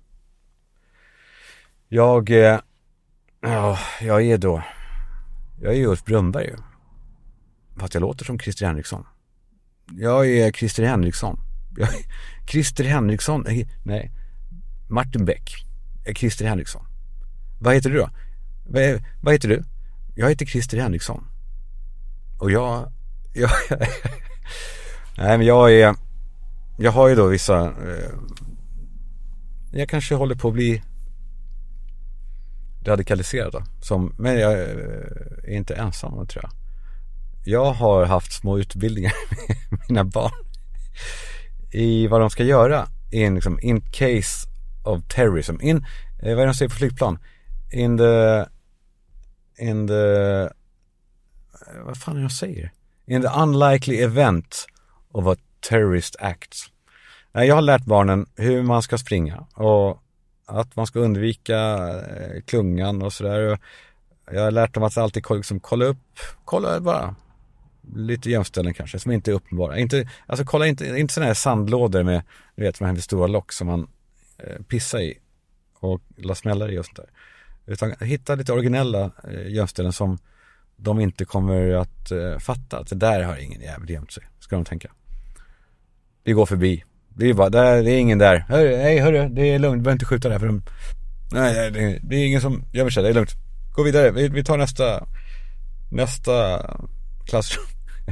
Jag... Eh, ja, jag är då... Jag är ju Ulf Brunnberg ju. Fast jag låter som Christer Henriksson. Jag är Christer Henriksson. Jag är Christer Henriksson. Nej. Martin Beck. Christer Henriksson. Vad heter du då? Vad, vad heter du? Jag heter Christer Henriksson. Och jag... jag nej, men jag är... Jag har ju då vissa... Eh, jag kanske håller på att bli radikaliserad då. Som, men jag är inte ensam, tror jag. Jag har haft små utbildningar med mina barn i vad de ska göra in, liksom, in case of terrorism. In, eh, vad är det de säger på flygplan? In the... In the... Vad fan är det de säger? In the unlikely event of a terrorist act. Jag har lärt barnen hur man ska springa och att man ska undvika klungan och sådär. Jag har lärt dem att alltid liksom kolla upp, kolla bara lite jämställen kanske, som inte är uppenbara. Inte, alltså kolla inte, inte sådana här sandlådor med, du vet, med stora lock som man eh, pissar i och la smällar i och sånt där. Utan hitta lite originella eh, jämställen som de inte kommer att eh, fatta. Att det där har ingen jävligt jämt sig, ska de tänka. Vi går förbi. Det är bara, där, det är ingen där. Hörru, hej, hörru, det är lugnt, du behöver inte skjuta där för dem. Nej, det är, det är ingen som gömmer sig, det är lugnt. Gå vidare, vi, vi tar nästa nästa klassrum.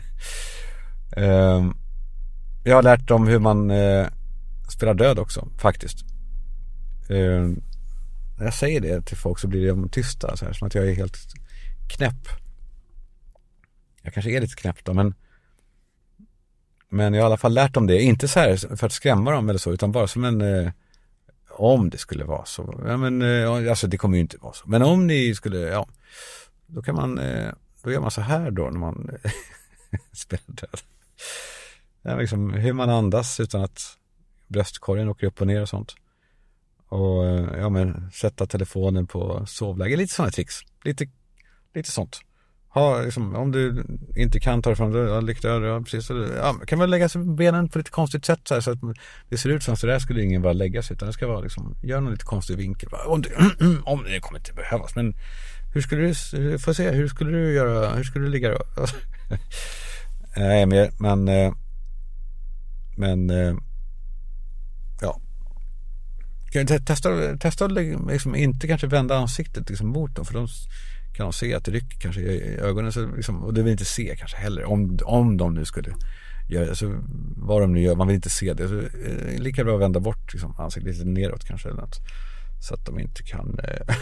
um, jag har lärt dem hur man uh, spelar död också, faktiskt. Um, när jag säger det till folk så blir de tysta, så här, som att jag är helt knäpp. Jag kanske är lite knäpp då, men Men jag har i alla fall lärt dem det. Inte så här för att skrämma dem eller så, utan bara som en... Eh, om det skulle vara så. Ja, men, eh, alltså det kommer ju inte vara så. Men om ni skulle... Ja, då kan man... Eh, då gör man så här då när man eh, spelar död. Ja, liksom, hur man andas utan att bröstkorgen åker upp och ner och sånt. Och eh, ja, men sätta telefonen på sovläge. Lite sådana tricks. Lite, lite sånt. Ha, liksom, om du inte kan ta det fram, då lyckta ja, precis, så, ja, kan man lägga sig benen på lite konstigt sätt så, här, så att det ser ut som att så där skulle ingen bara lägga sig, utan det ska vara liksom, gör någon lite konstig vinkel. Om det, om det kommer inte behövas, men hur skulle du, får se, hur skulle du göra, hur skulle du ligga då? Nej, men men, men ja, testa, testa liksom, inte kanske vända ansiktet liksom, mot dem, för de kan de se att det rycker kanske i ögonen, så liksom, och det vill inte se kanske heller, om, om de nu skulle göra det, så vad de nu gör, man vill inte se det, så eh, lika bra att vända bort liksom, ansiktet lite neråt kanske eller något, så att de inte kan eh.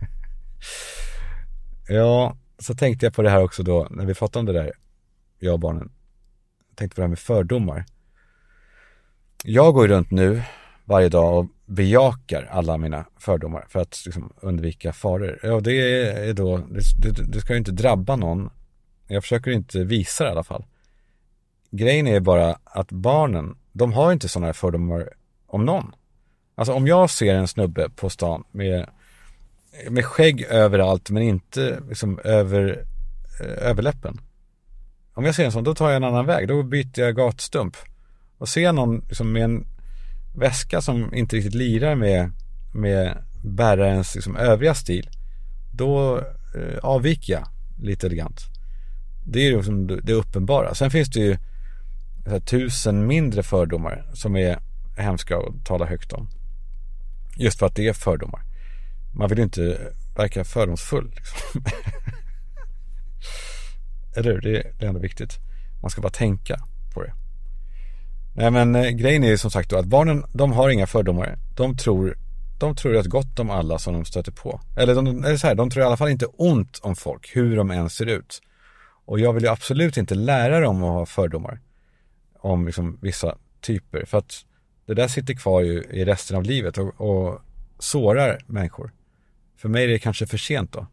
Ja, så tänkte jag på det här också då, när vi pratade om det där, jag och barnen, tänkte på det här med fördomar. Jag går runt nu varje dag och bejakar alla mina fördomar för att liksom undvika faror. Ja, det är då, det, det, det ska ju inte drabba någon. Jag försöker inte visa det i alla fall. Grejen är bara att barnen, de har inte sådana här fördomar om någon. Alltså om jag ser en snubbe på stan med, med skägg överallt men inte liksom över eh, överläppen. Om jag ser en sån, då tar jag en annan väg. Då byter jag gatstump. Och ser jag någon liksom, med en väska som inte riktigt lirar med, med bärarens liksom, övriga stil, då eh, avviker jag lite elegant. Det är ju liksom det uppenbara. Sen finns det ju så här, tusen mindre fördomar som är hemska att tala högt om. Just för att det är fördomar. Man vill ju inte verka fördomsfull liksom. Eller hur? Det är ändå viktigt. Man ska bara tänka på det. Nej, men eh, grejen är ju som sagt då att barnen, de har inga fördomar. De tror, de tror rätt gott om alla som de stöter på. Eller, de, eller så här, de tror i alla fall inte ont om folk, hur de än ser ut. Och jag vill ju absolut inte lära dem att ha fördomar om liksom vissa typer. För att det där sitter kvar ju i resten av livet och, och sårar människor. För mig är det kanske för sent då.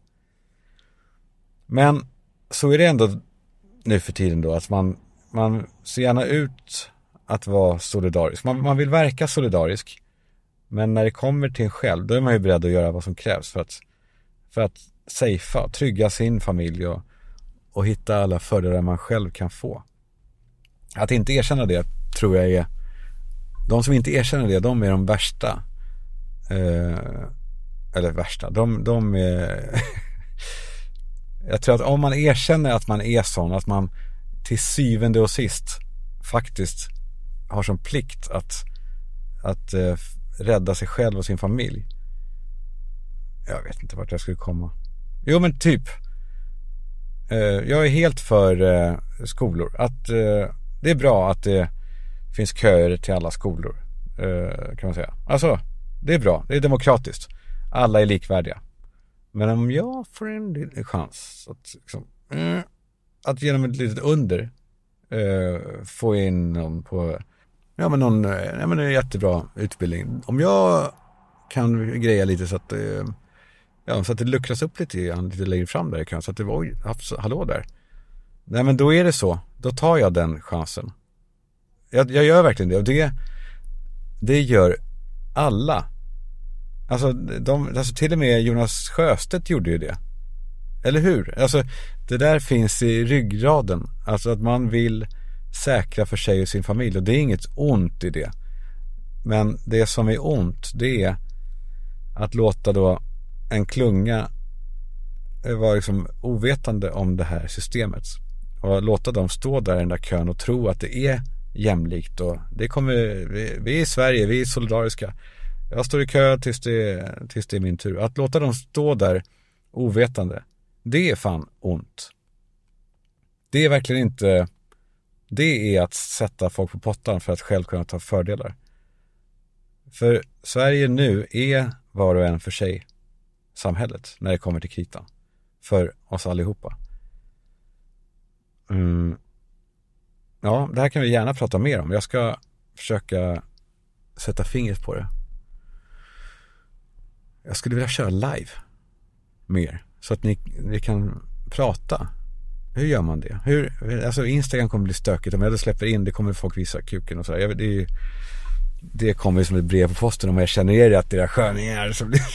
Men så är det ändå nu för tiden då att man, man ser gärna ut att vara solidarisk. Man, man vill verka solidarisk. Men när det kommer till en själv, då är man ju beredd att göra vad som krävs för att, för att safea, trygga sin familj och, och hitta alla fördelar man själv kan få. Att inte erkänna det tror jag är, de som inte erkänner det, de är de värsta. Eh, eller värsta, de, de är jag tror att om man erkänner att man är sån, att man till syvende och sist faktiskt har som plikt att, att eh, rädda sig själv och sin familj. Jag vet inte vart jag skulle komma. Jo men typ eh, jag är helt för eh, skolor. Att eh, det är bra att det finns köer till alla skolor, eh, kan man säga. Alltså, det är bra, det är demokratiskt. Alla är likvärdiga. Men om jag får en chans att, liksom, mm, att genom ett litet under eh, få in någon på ja, men någon ja, men en jättebra utbildning. Om jag kan greja lite så att, eh, ja, så att det luckras upp lite, lite längre fram där kan, så att det var, oj, hallå där. Nej, men då är det så. Då tar jag den chansen. Jag, jag gör verkligen det. Och det, det gör alla. Alltså, de, alltså till och med Jonas Sjöstedt gjorde ju det. Eller hur? Alltså det där finns i ryggraden. Alltså att man vill säkra för sig och sin familj. Och det är inget ont i det. Men det som är ont, det är att låta då en klunga vara liksom ovetande om det här systemet. Och låta dem stå där i den där kön och tro att det är jämlikt. Och det kommer, vi, vi är i Sverige, vi är solidariska. Jag står i kö tills det, tills det är min tur. Att låta dem stå där ovetande, det är fan ont. Det är verkligen inte, det är att sätta folk på pottan för att själv kunna ta fördelar. För Sverige nu är var och en för sig samhället när det kommer till kritan. För oss allihopa. Mm. Ja, det här kan vi gärna prata mer om. Jag ska försöka sätta fingret på det. Jag skulle vilja köra live mer. Så att ni, ni kan prata. Hur gör man det? Hur, alltså Instagram kommer bli stökigt. Om jag då släpper in, det kommer folk visa kuken och så. Jag, det, är, det kommer som ett brev på posten om jag känner er att det är sköningar. Så blir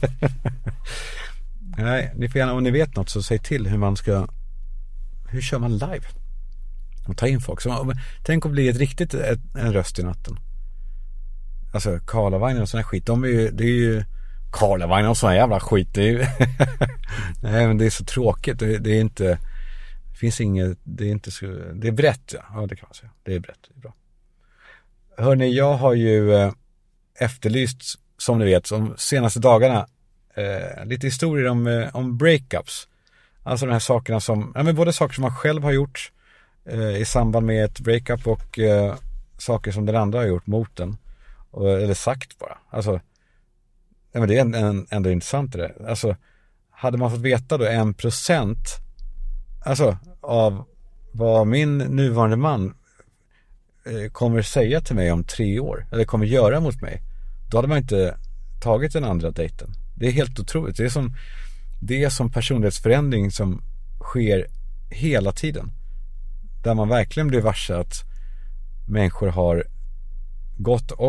Nej, ni får gärna, om ni vet något så säg till hur man ska, hur kör man live? Och ta in folk. Så, tänk att bli ett riktigt ett, en röst i natten. Alltså Karlavagnen och sån här skit, de är ju, det är ju Karlavagnen och sån här jävla skit, det är ju nej, men det är så tråkigt. Det, det är inte, det finns inget, det är inte så, det är brett, ja. Ja, det kan man säga. Det är brett, det är bra. Hörrni, jag har ju eh, efterlyst, som ni vet, de senaste dagarna eh, lite historier om, eh, om breakups. Alltså de här sakerna som, ja men både saker som man själv har gjort eh, i samband med ett breakup och eh, saker som den andra har gjort mot den. Och, eller sagt bara. Alltså, ja, men det är en, en, ändå intressant det. Alltså, hade man fått veta då en procent alltså, av vad min nuvarande man eh, kommer säga till mig om tre år, eller kommer göra mot mig, då hade man inte tagit den andra dejten. Det är helt otroligt. Det är som, det är som personlighetsförändring som sker hela tiden. Där man verkligen blir varse att människor har gått och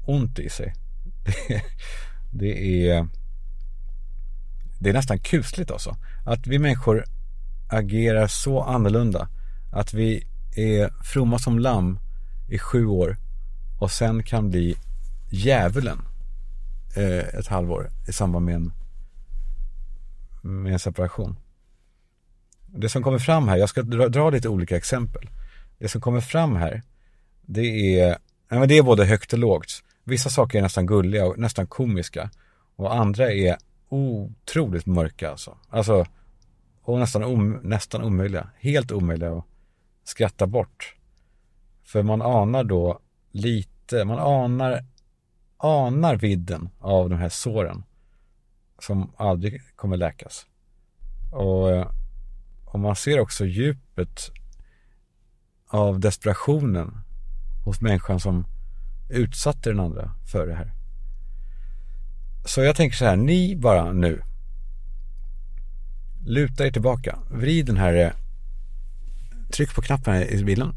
ont i sig. Det, det är det är nästan kusligt alltså. Att vi människor agerar så annorlunda. Att vi är fromma som lamm i sju år och sen kan bli djävulen eh, ett halvår i samband med en, med en separation. Det som kommer fram här, jag ska dra, dra lite olika exempel. Det som kommer fram här, det är, ja, men det är både högt och lågt. Vissa saker är nästan gulliga och nästan komiska. Och andra är otroligt mörka alltså. Alltså, och nästan, om, nästan omöjliga. Helt omöjliga att skratta bort. För man anar då lite, man anar, anar vidden av de här såren som aldrig kommer läkas. Och, och man ser också djupet av desperationen hos människan som utsatte den andra för det här. Så jag tänker så här, ni bara nu luta er tillbaka, vrid den här, tryck på knappen i bilen,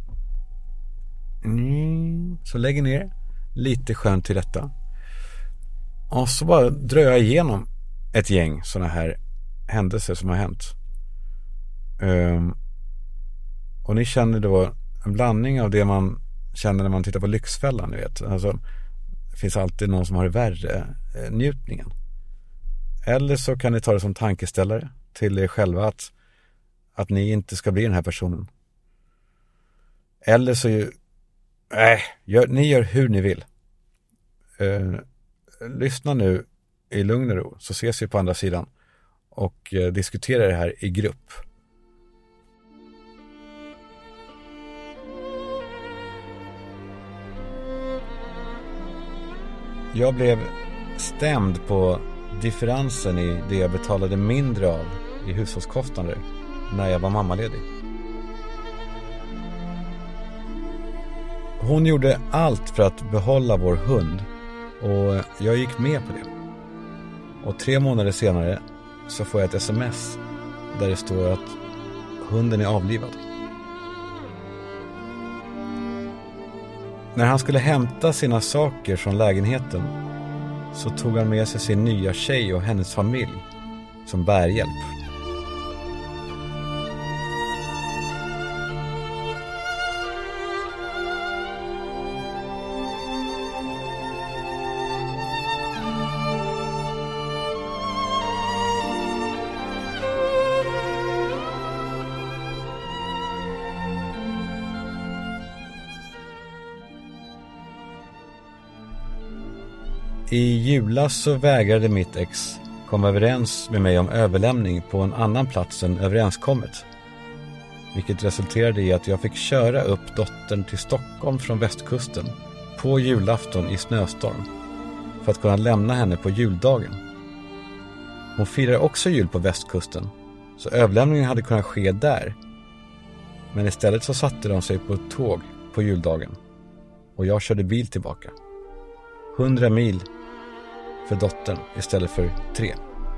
mm, så lägger ner lite skönt till detta och så bara dröja igenom ett gäng sådana här händelser som har hänt. Um, och ni känner då en blandning av det man känner när man tittar på Lyxfällan, ni vet. Alltså, det finns alltid någon som har det värre, eh, njutningen. Eller så kan ni ta det som tankeställare till er själva att, att ni inte ska bli den här personen. Eller så ju, äh, gör, ni gör hur ni vill. Eh, lyssna nu i lugn och ro, så ses vi på andra sidan och eh, diskuterar det här i grupp. Jag blev stämd på differensen i det jag betalade mindre av i hushållskostnader när jag var mammaledig. Hon gjorde allt för att behålla vår hund och jag gick med på det. Och tre månader senare så får jag ett sms där det står att hunden är avlivad. När han skulle hämta sina saker från lägenheten så tog han med sig sin nya tjej och hennes familj som bärhjälp. I julas så vägrade mitt ex komma överens med mig om överlämning på en annan plats än överenskommet. Vilket resulterade i att jag fick köra upp dottern till Stockholm från västkusten på julafton i snöstorm för att kunna lämna henne på juldagen. Hon firar också jul på västkusten, så överlämningen hade kunnat ske där. Men istället så satte de sig på ett tåg på juldagen och jag körde bil tillbaka. Hundra mil för dottern istället för tre.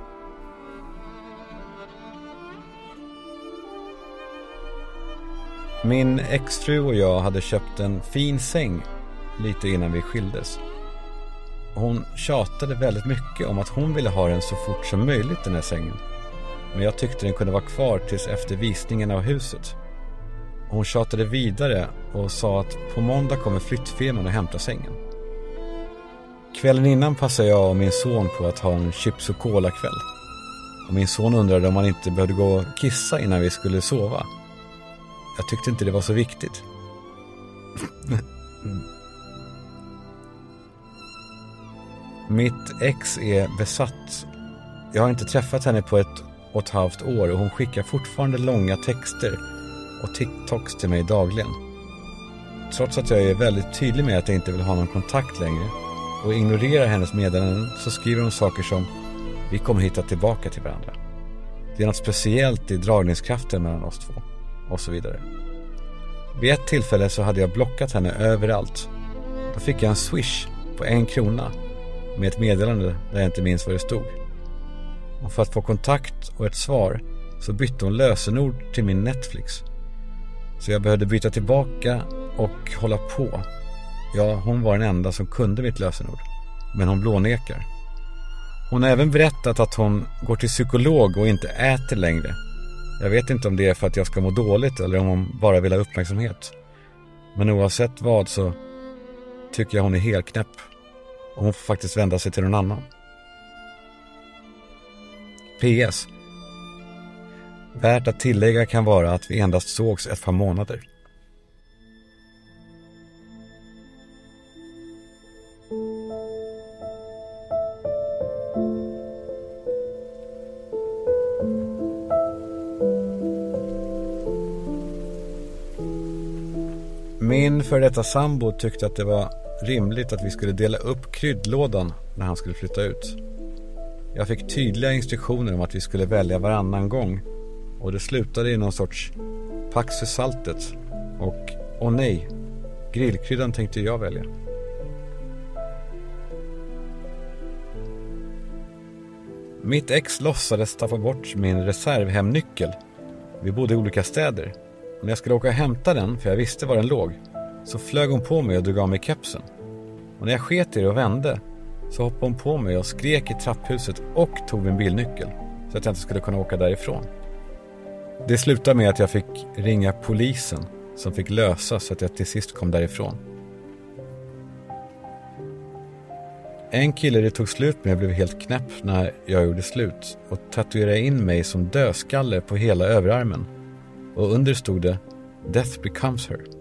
Min exfru och jag hade köpt en fin säng lite innan vi skildes. Hon tjatade väldigt mycket om att hon ville ha den så fort som möjligt, den här sängen. Men jag tyckte den kunde vara kvar tills efter visningen av huset. Hon tjatade vidare och sa att på måndag kommer flyttfirman och hämta sängen. Kvällen innan passade jag och min son på att ha en chips och cola kväll. Och min son undrade om man inte behövde gå och kissa innan vi skulle sova. Jag tyckte inte det var så viktigt. Mitt ex är besatt. Jag har inte träffat henne på ett och ett halvt år och hon skickar fortfarande långa texter och TikToks till mig dagligen. Trots att jag är väldigt tydlig med att jag inte vill ha någon kontakt längre och ignorerar hennes meddelanden, så skriver hon saker som: vi kommer hitta tillbaka till varandra. Det är något speciellt i dragningskraften mellan oss två, och så vidare. Vid ett tillfälle så hade jag blockat henne överallt. Då fick jag en swish på en krona med ett meddelande där jag inte minns vad det stod. Och för att få kontakt och ett svar så bytte hon lösenord till min Netflix. Så jag behövde byta tillbaka och hålla på. Ja, hon var den enda som kunde mitt lösenord. Men hon blånekar. Hon har även berättat att hon går till psykolog och inte äter längre. Jag vet inte om det är för att jag ska må dåligt eller om hon bara vill ha uppmärksamhet. Men oavsett vad så tycker jag hon är helt knäpp. Och hon får faktiskt vända sig till någon annan. P S. Värt att tillägga kan vara att vi endast sågs ett par månader. Min för detta sambo tyckte att det var rimligt att vi skulle dela upp kryddlådan när han skulle flytta ut. Jag fick tydliga instruktioner om att vi skulle välja varannan gång och det slutade i någon sorts pax för saltet och, åh nej, grillkryddan tänkte jag välja. Mitt ex låtsades tappa bort min reservhemnyckel. Vi bodde i olika städer. När jag skulle åka och hämta den, för jag visste var den låg, så flög hon på mig och drog av mig kepsen. Och när jag sket i det och vände så hoppade hon på mig och skrek i trapphuset och tog min bilnyckel så att jag inte skulle kunna åka därifrån. Det slutade med att jag fick ringa polisen som fick lösa så att jag till sist kom därifrån. En kille det tog slut med blev helt knäpp när jag gjorde slut och tatuerade in mig som dödskalle på hela överarmen. Och under stod det Death becomes her.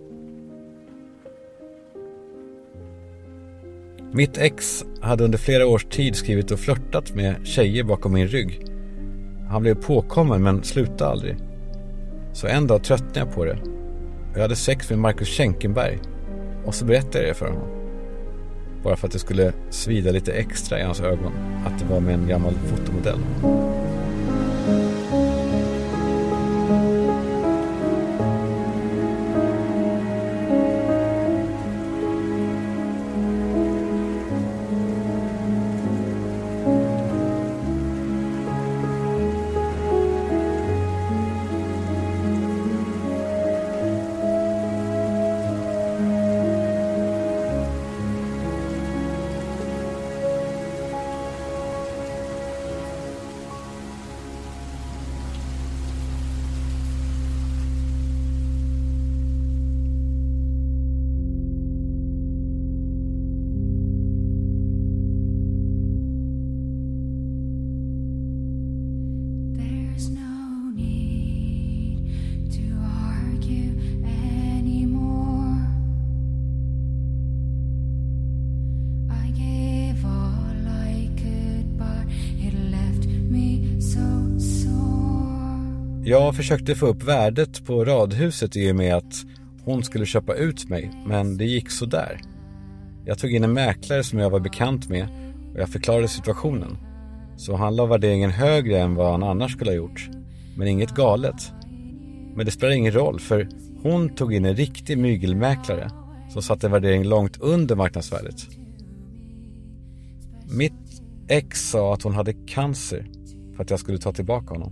Mitt ex hade under flera års tid skrivit och flörtat med tjejer bakom min rygg. Han blev påkommen men slutade aldrig. Så en dag tröttnade jag på det. Jag hade sex med Marcus Schenkenberg. Och så berättade jag det för honom. Bara för att det skulle svida lite extra i hans ögon. Att det var med en gammal fotomodell. Jag försökte få upp värdet på radhuset i och med att hon skulle köpa ut mig, men det gick så där. Jag tog in en mäklare som jag var bekant med och jag förklarade situationen. Så han la värderingen högre än vad han annars skulle ha gjort. Men inget galet. Men det spelar ingen roll för hon tog in en riktig mygelmäklare som satte värdering långt under marknadsvärdet. Mitt ex sa att hon hade cancer för att jag skulle ta tillbaka honom.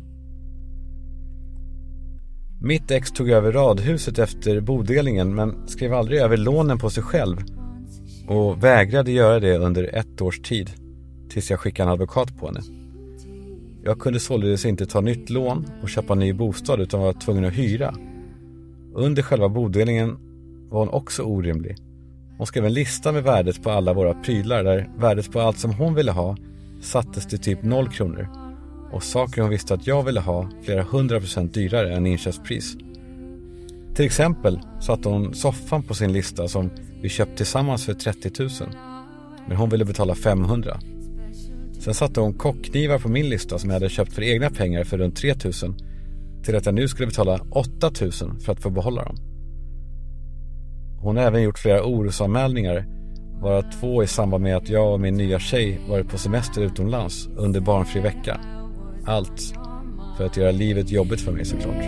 Mitt ex tog över radhuset efter bodelningen men skrev aldrig över lånen på sig själv och vägrade göra det under ett års tid tills jag skickade en advokat på henne. Jag kunde således inte ta nytt lån och köpa en ny bostad utan var tvungen att hyra. Under själva bodelningen var hon också orimlig. Hon skrev en lista med värdet på alla våra prylar där värdet på allt som hon ville ha sattes till typ noll kronor. Och saker hon visste att jag ville ha flera hundra procent dyrare än inköpspris. Till exempel satte hon soffan på sin lista som vi köpt tillsammans för trettio tusen. Men hon ville betala femhundra. Sen satte hon kockknivar på min lista som jag hade köpt för egna pengar för runt tre tusen. Till att jag nu skulle betala åtta tusen för att få behålla dem. Hon har även gjort flera orosanmälningar. Varav två i samband med att jag och min nya tjej varit på semester utomlands under barnfri vecka. Allt för att göra livet jobbigt för mig såklart.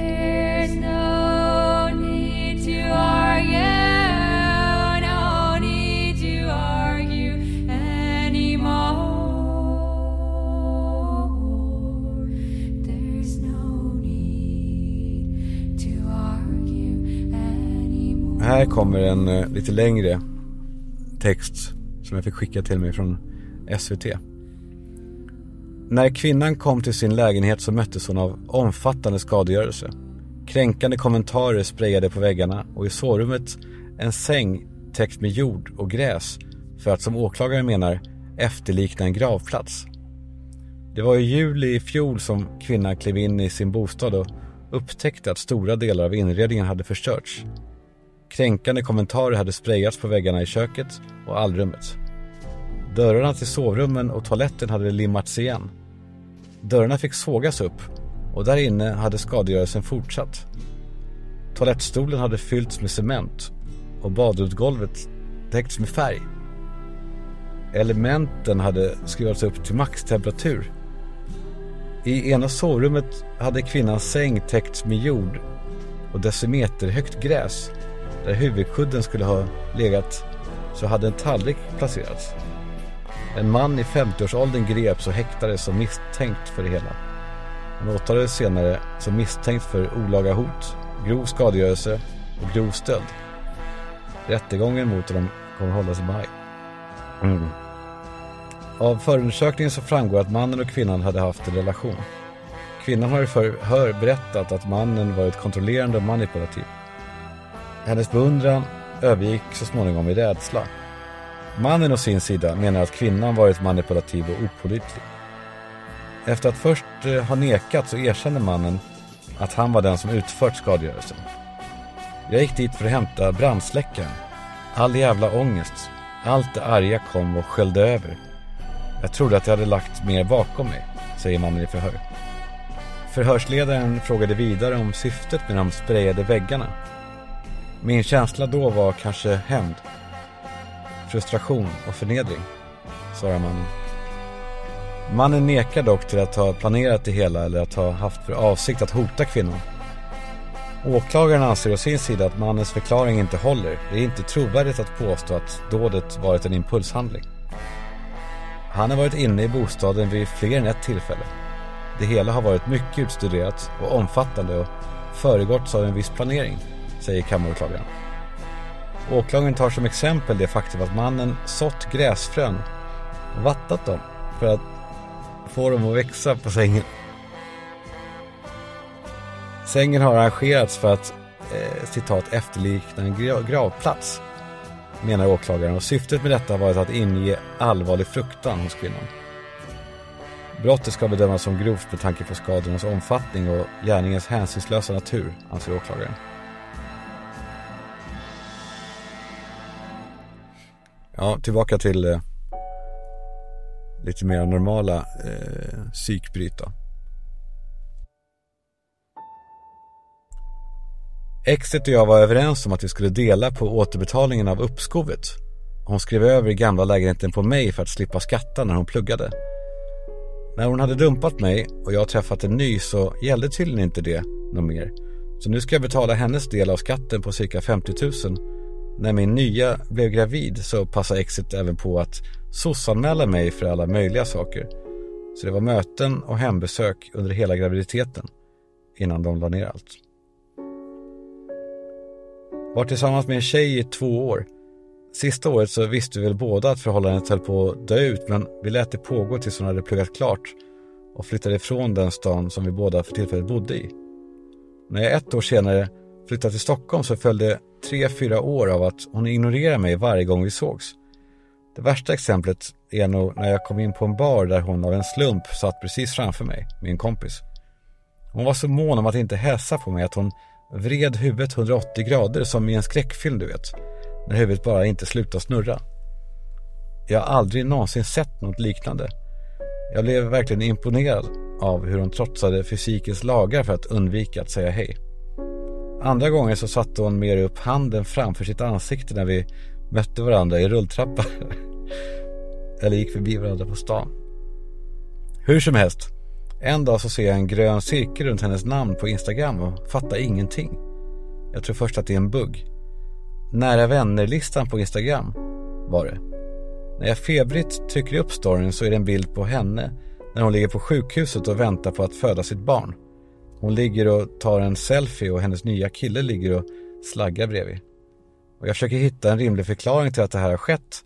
Här kommer en uh, lite längre text som jag fick skicka till mig från S V T. När kvinnan kom till sin lägenhet så möttes hon av omfattande skadegörelse. Kränkande kommentarer sprayade på väggarna och i sovrummet en säng täckt med jord och gräs för att, som åklagaren menar, efterlikna en gravplats. Det var i juli i fjol som kvinnan klev in i sin bostad och upptäckte att stora delar av inredningen hade förstörts. Kränkande kommentarer hade sprayats på väggarna i köket och allrummet. Dörrarna till sovrummen och toaletten hade limmats igen. Dörrarna fick sågas upp och där inne hade skadegörelsen fortsatt. Toalettstolen hade fyllts med cement och badrumsgolvet täckts med färg. Elementen hade skruvats upp till maxtemperatur. I ena sovrummet hade kvinnans säng täckts med jord och decimeter högt gräs. Där huvudkudden skulle ha legat så hade en tallrik placerats. En man i femtioårsåldern greps och häktades som misstänkt för det hela. Han åtalades senare som misstänkt för olaga hot, grov skadegörelse och grov stöld. Rättegången mot honom kommer hållas i maj. Mm. Av förundersökningen så framgår att mannen och kvinnan hade haft en relation. Kvinnan har i förhör berättat att mannen varit kontrollerande och manipulativ. Hennes beundran övergick så småningom i rädsla. Mannen å sin sida menar att kvinnan varit manipulativ och opålitlig. Efter att först ha nekat så erkände mannen att han var den som utfört skadegörelsen. Jag gick dit för att hämta brandsläckaren. All jävla ångest. Allt det arga kom och sköljde över. Jag trodde att jag hade lagt mer bakom mig, säger mannen i förhör. Förhörsledaren frågade vidare om syftet med de sprayade väggarna. Min känsla då var kanske hämnd, frustration och förnedring, svarar mannen. Mannen nekar dock till att ha planerat det hela eller att ha haft för avsikt att hota kvinnan. Åklagaren anser å sin sida att mannens förklaring inte håller. Det är inte trovärdigt att påstå att dådet varit en impulshandling. Han har varit inne i bostaden vid fler än ett tillfälle. Det hela har varit mycket utstuderat och omfattande och föregåtts av en viss planering, säger kammaråklagaren. Åklagaren tar som exempel det faktum att mannen sått gräsfrön och vattnat dem för att få dem att växa på sängen. Sängen har arrangerats för att eh, citat efterlikna en grav- gravplats, menar åklagaren, och syftet med detta har varit att inge allvarlig fruktan hos kvinnan. Brottet ska bedömas som grovt med tanke på skadornas omfattning och gärningens hänsynslösa natur, anser åklagaren. Ja, tillbaka till eh, lite mer normala eh, psykbryta. Exet och jag var överens om att vi skulle dela på återbetalningen av uppskovet. Hon skrev över i gamla lägenheten på mig för att slippa skatta när hon pluggade. När hon hade dumpat mig och jag träffat en ny så gällde tydligen inte det något mer. Så nu ska jag betala hennes del av skatten på cirka femtio tusen. När min nya blev gravid så passade exet även på att sossanmäla mig för alla möjliga saker. Så det var möten och hembesök under hela graviditeten innan de la ner allt. Var tillsammans med en tjej i två år. Sista året så visste vi väl båda att förhållandet höll på att dö ut, men vi lät det pågå tills hon hade pluggat klart och flyttade ifrån den stan som vi båda för tillfället bodde i. När jag ett år senare flyttade till Stockholm så följde tre, fyra år av att hon ignorerade mig varje gång vi sågs. Det värsta exemplet är nog när jag kom in på en bar där hon av en slump satt precis framför mig med en kompis. Hon var så mån om att inte hälsa på mig att hon vred huvudet hundraåttio grader som i en skräckfilm, du vet. När huvudet bara inte slutar snurra. Jag har aldrig någonsin sett något liknande. Jag blev verkligen imponerad av hur hon trotsade fysikens lagar för att undvika att säga hej. Andra gånger så satte hon mer upp handen framför sitt ansikte när vi mötte varandra i rulltrappa. Eller gick förbi varandra på stan. Hur som helst, en dag så ser jag en grön cirkel runt hennes namn på Instagram och fattar ingenting. Jag tror först att det är en bugg. Nära vänner-listan på Instagram var det. När jag febrigt trycker upp storyn så är det en bild på henne när hon ligger på sjukhuset och väntar på att föda sitt barn. Hon ligger och tar en selfie och hennes nya kille ligger och slaggar bredvid. Och jag försöker hitta en rimlig förklaring till att det här har skett,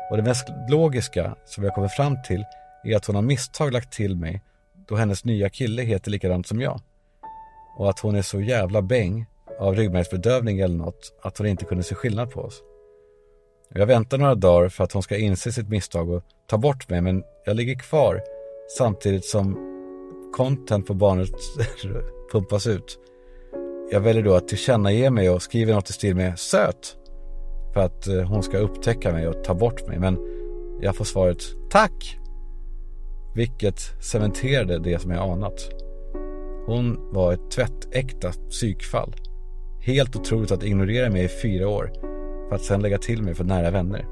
Och det mest logiska som jag kommer fram till är att hon har misstag lagt till mig då hennes nya kille heter likadant som jag. Och att hon är så jävla bäng av ryggmärgsbedövning eller något att hon inte kunde se skillnad på oss. Jag väntar några dagar för att hon ska inse sitt misstag och ta bort mig, men jag ligger kvar samtidigt som content på barnet pumpas ut. Jag väljer då att tillkännage mig och skriver något i stil med söt för att hon ska upptäcka mig och ta bort mig, men jag får svaret tack, vilket cementerade det som jag anat. Hon var ett tvättäkta psykfall. Helt otroligt att ignorera mig i fyra år för att sen lägga till mig för nära vänner.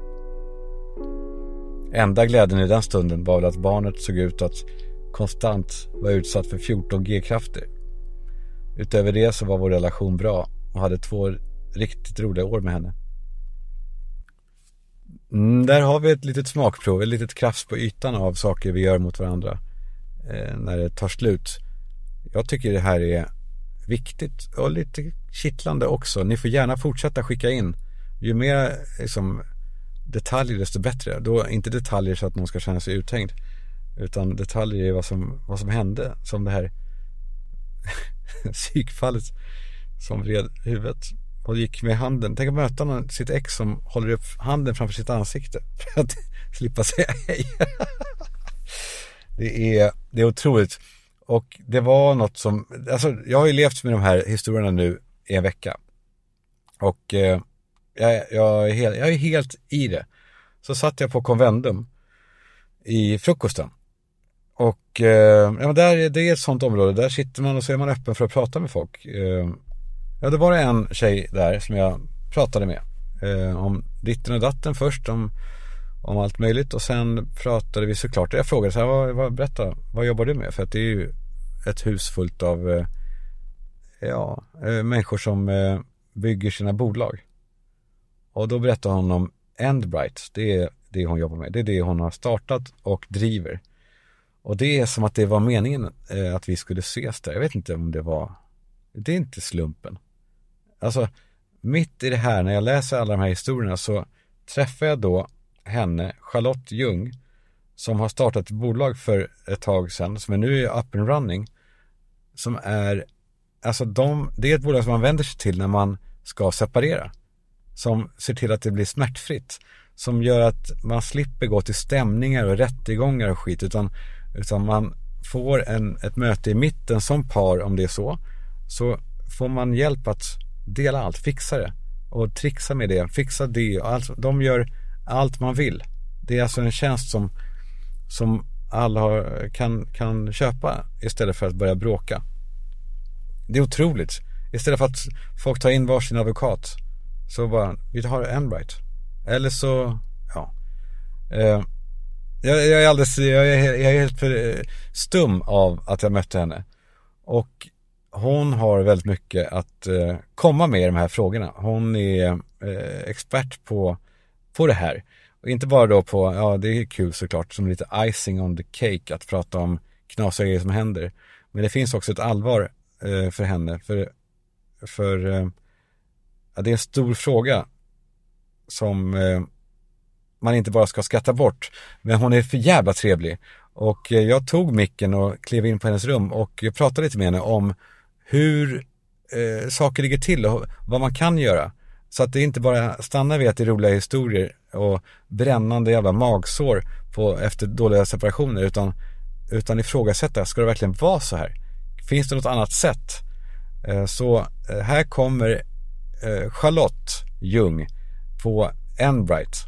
Enda glädjen i den stunden var väl att barnet såg ut att konstant vara utsatt för fjorton G-krafter. Utöver det så var vår relation bra och hade två riktigt roliga år med henne. Mm, där har vi ett litet smakprov, ett litet krafts på ytan av saker vi gör mot varandra eh, när det tar slut. Jag tycker det här är viktigt och lite kittlande också. Ni får gärna fortsätta skicka in. Ju mer liksom, detaljer desto bättre. Då inte detaljer så att någon ska känna sig uthängd, utan detaljer i vad som, vad som hände. Som det här psykfallet som vred huvudet och gick med handen. Tänk att möta någon, sitt ex som håller upp handen framför sitt ansikte för att slippa säga hej. det, är, det är otroligt. Och det var något som, alltså jag har ju levt med de här historierna nu i en vecka. Och eh, jag, jag, är helt, jag är helt i det. Så satt jag på Convendum i frukosten. Och eh, ja, där, det är ett sånt område. Där sitter man och så är man öppen för att prata med folk. Eh, ja, det var det en tjej där som jag pratade med. Eh, om ditten och datten först, om, om allt möjligt. Och sen pratade vi såklart. Jag frågade så här, vad, vad, berätta, vad jobbar du med? För att det är ju ett hus fullt av eh, ja, eh, människor som eh, bygger sina bolag. Och då berättade hon om Endbright. Det är det hon jobbar med. Det är det hon har startat och driver. Och det är som att det var meningen eh, att vi skulle ses där. Jag vet inte om det var... Det är inte slumpen. Alltså, mitt i det här, när jag läser alla de här historierna, så träffar jag då henne, Charlotte Ljung, som har startat ett bolag för ett tag sedan, som är nu är up and running, som är... Alltså, de, det är ett bolag som man vänder sig till när man ska separera. Som ser till att det blir smärtfritt. Som gör att man slipper gå till stämningar och rättegångar och skit, utan... utan man får en, ett möte i mitten som par, om det är så, så får man hjälp att dela allt, fixa det och trixa med det, fixa det och allt. De gör allt man vill. Det är alltså en tjänst som, som alla har, kan, kan köpa istället för att börja bråka. Det är otroligt. Istället för att folk tar in varsin advokat, så bara, vi har Endbright. Eller så, ja eh, Jag, jag är alldeles jag är, jag är helt för stum av att jag mötte henne. Och hon har väldigt mycket att eh, komma med i de här frågorna. Hon är eh, expert på, på det här. Och inte bara då på, ja det är kul såklart, som lite icing on the cake att prata om knasiga grejer som händer. Men det finns också ett allvar eh, för henne. För, för eh, ja, det är en stor fråga som... Eh, man inte bara ska skratta bort. Men hon är för jävla trevlig. Och jag tog micken och klev in på hennes rum och pratade lite med henne om hur eh, saker ligger till och vad man kan göra. Så att det inte bara stannar vid att det är roliga historier och brännande jävla magsår på, efter dåliga separationer, utan, utan ifrågasätta, ska det verkligen vara så här? Finns det något annat sätt? Eh, så eh, här kommer eh, Charlotte Ljung på Endbright.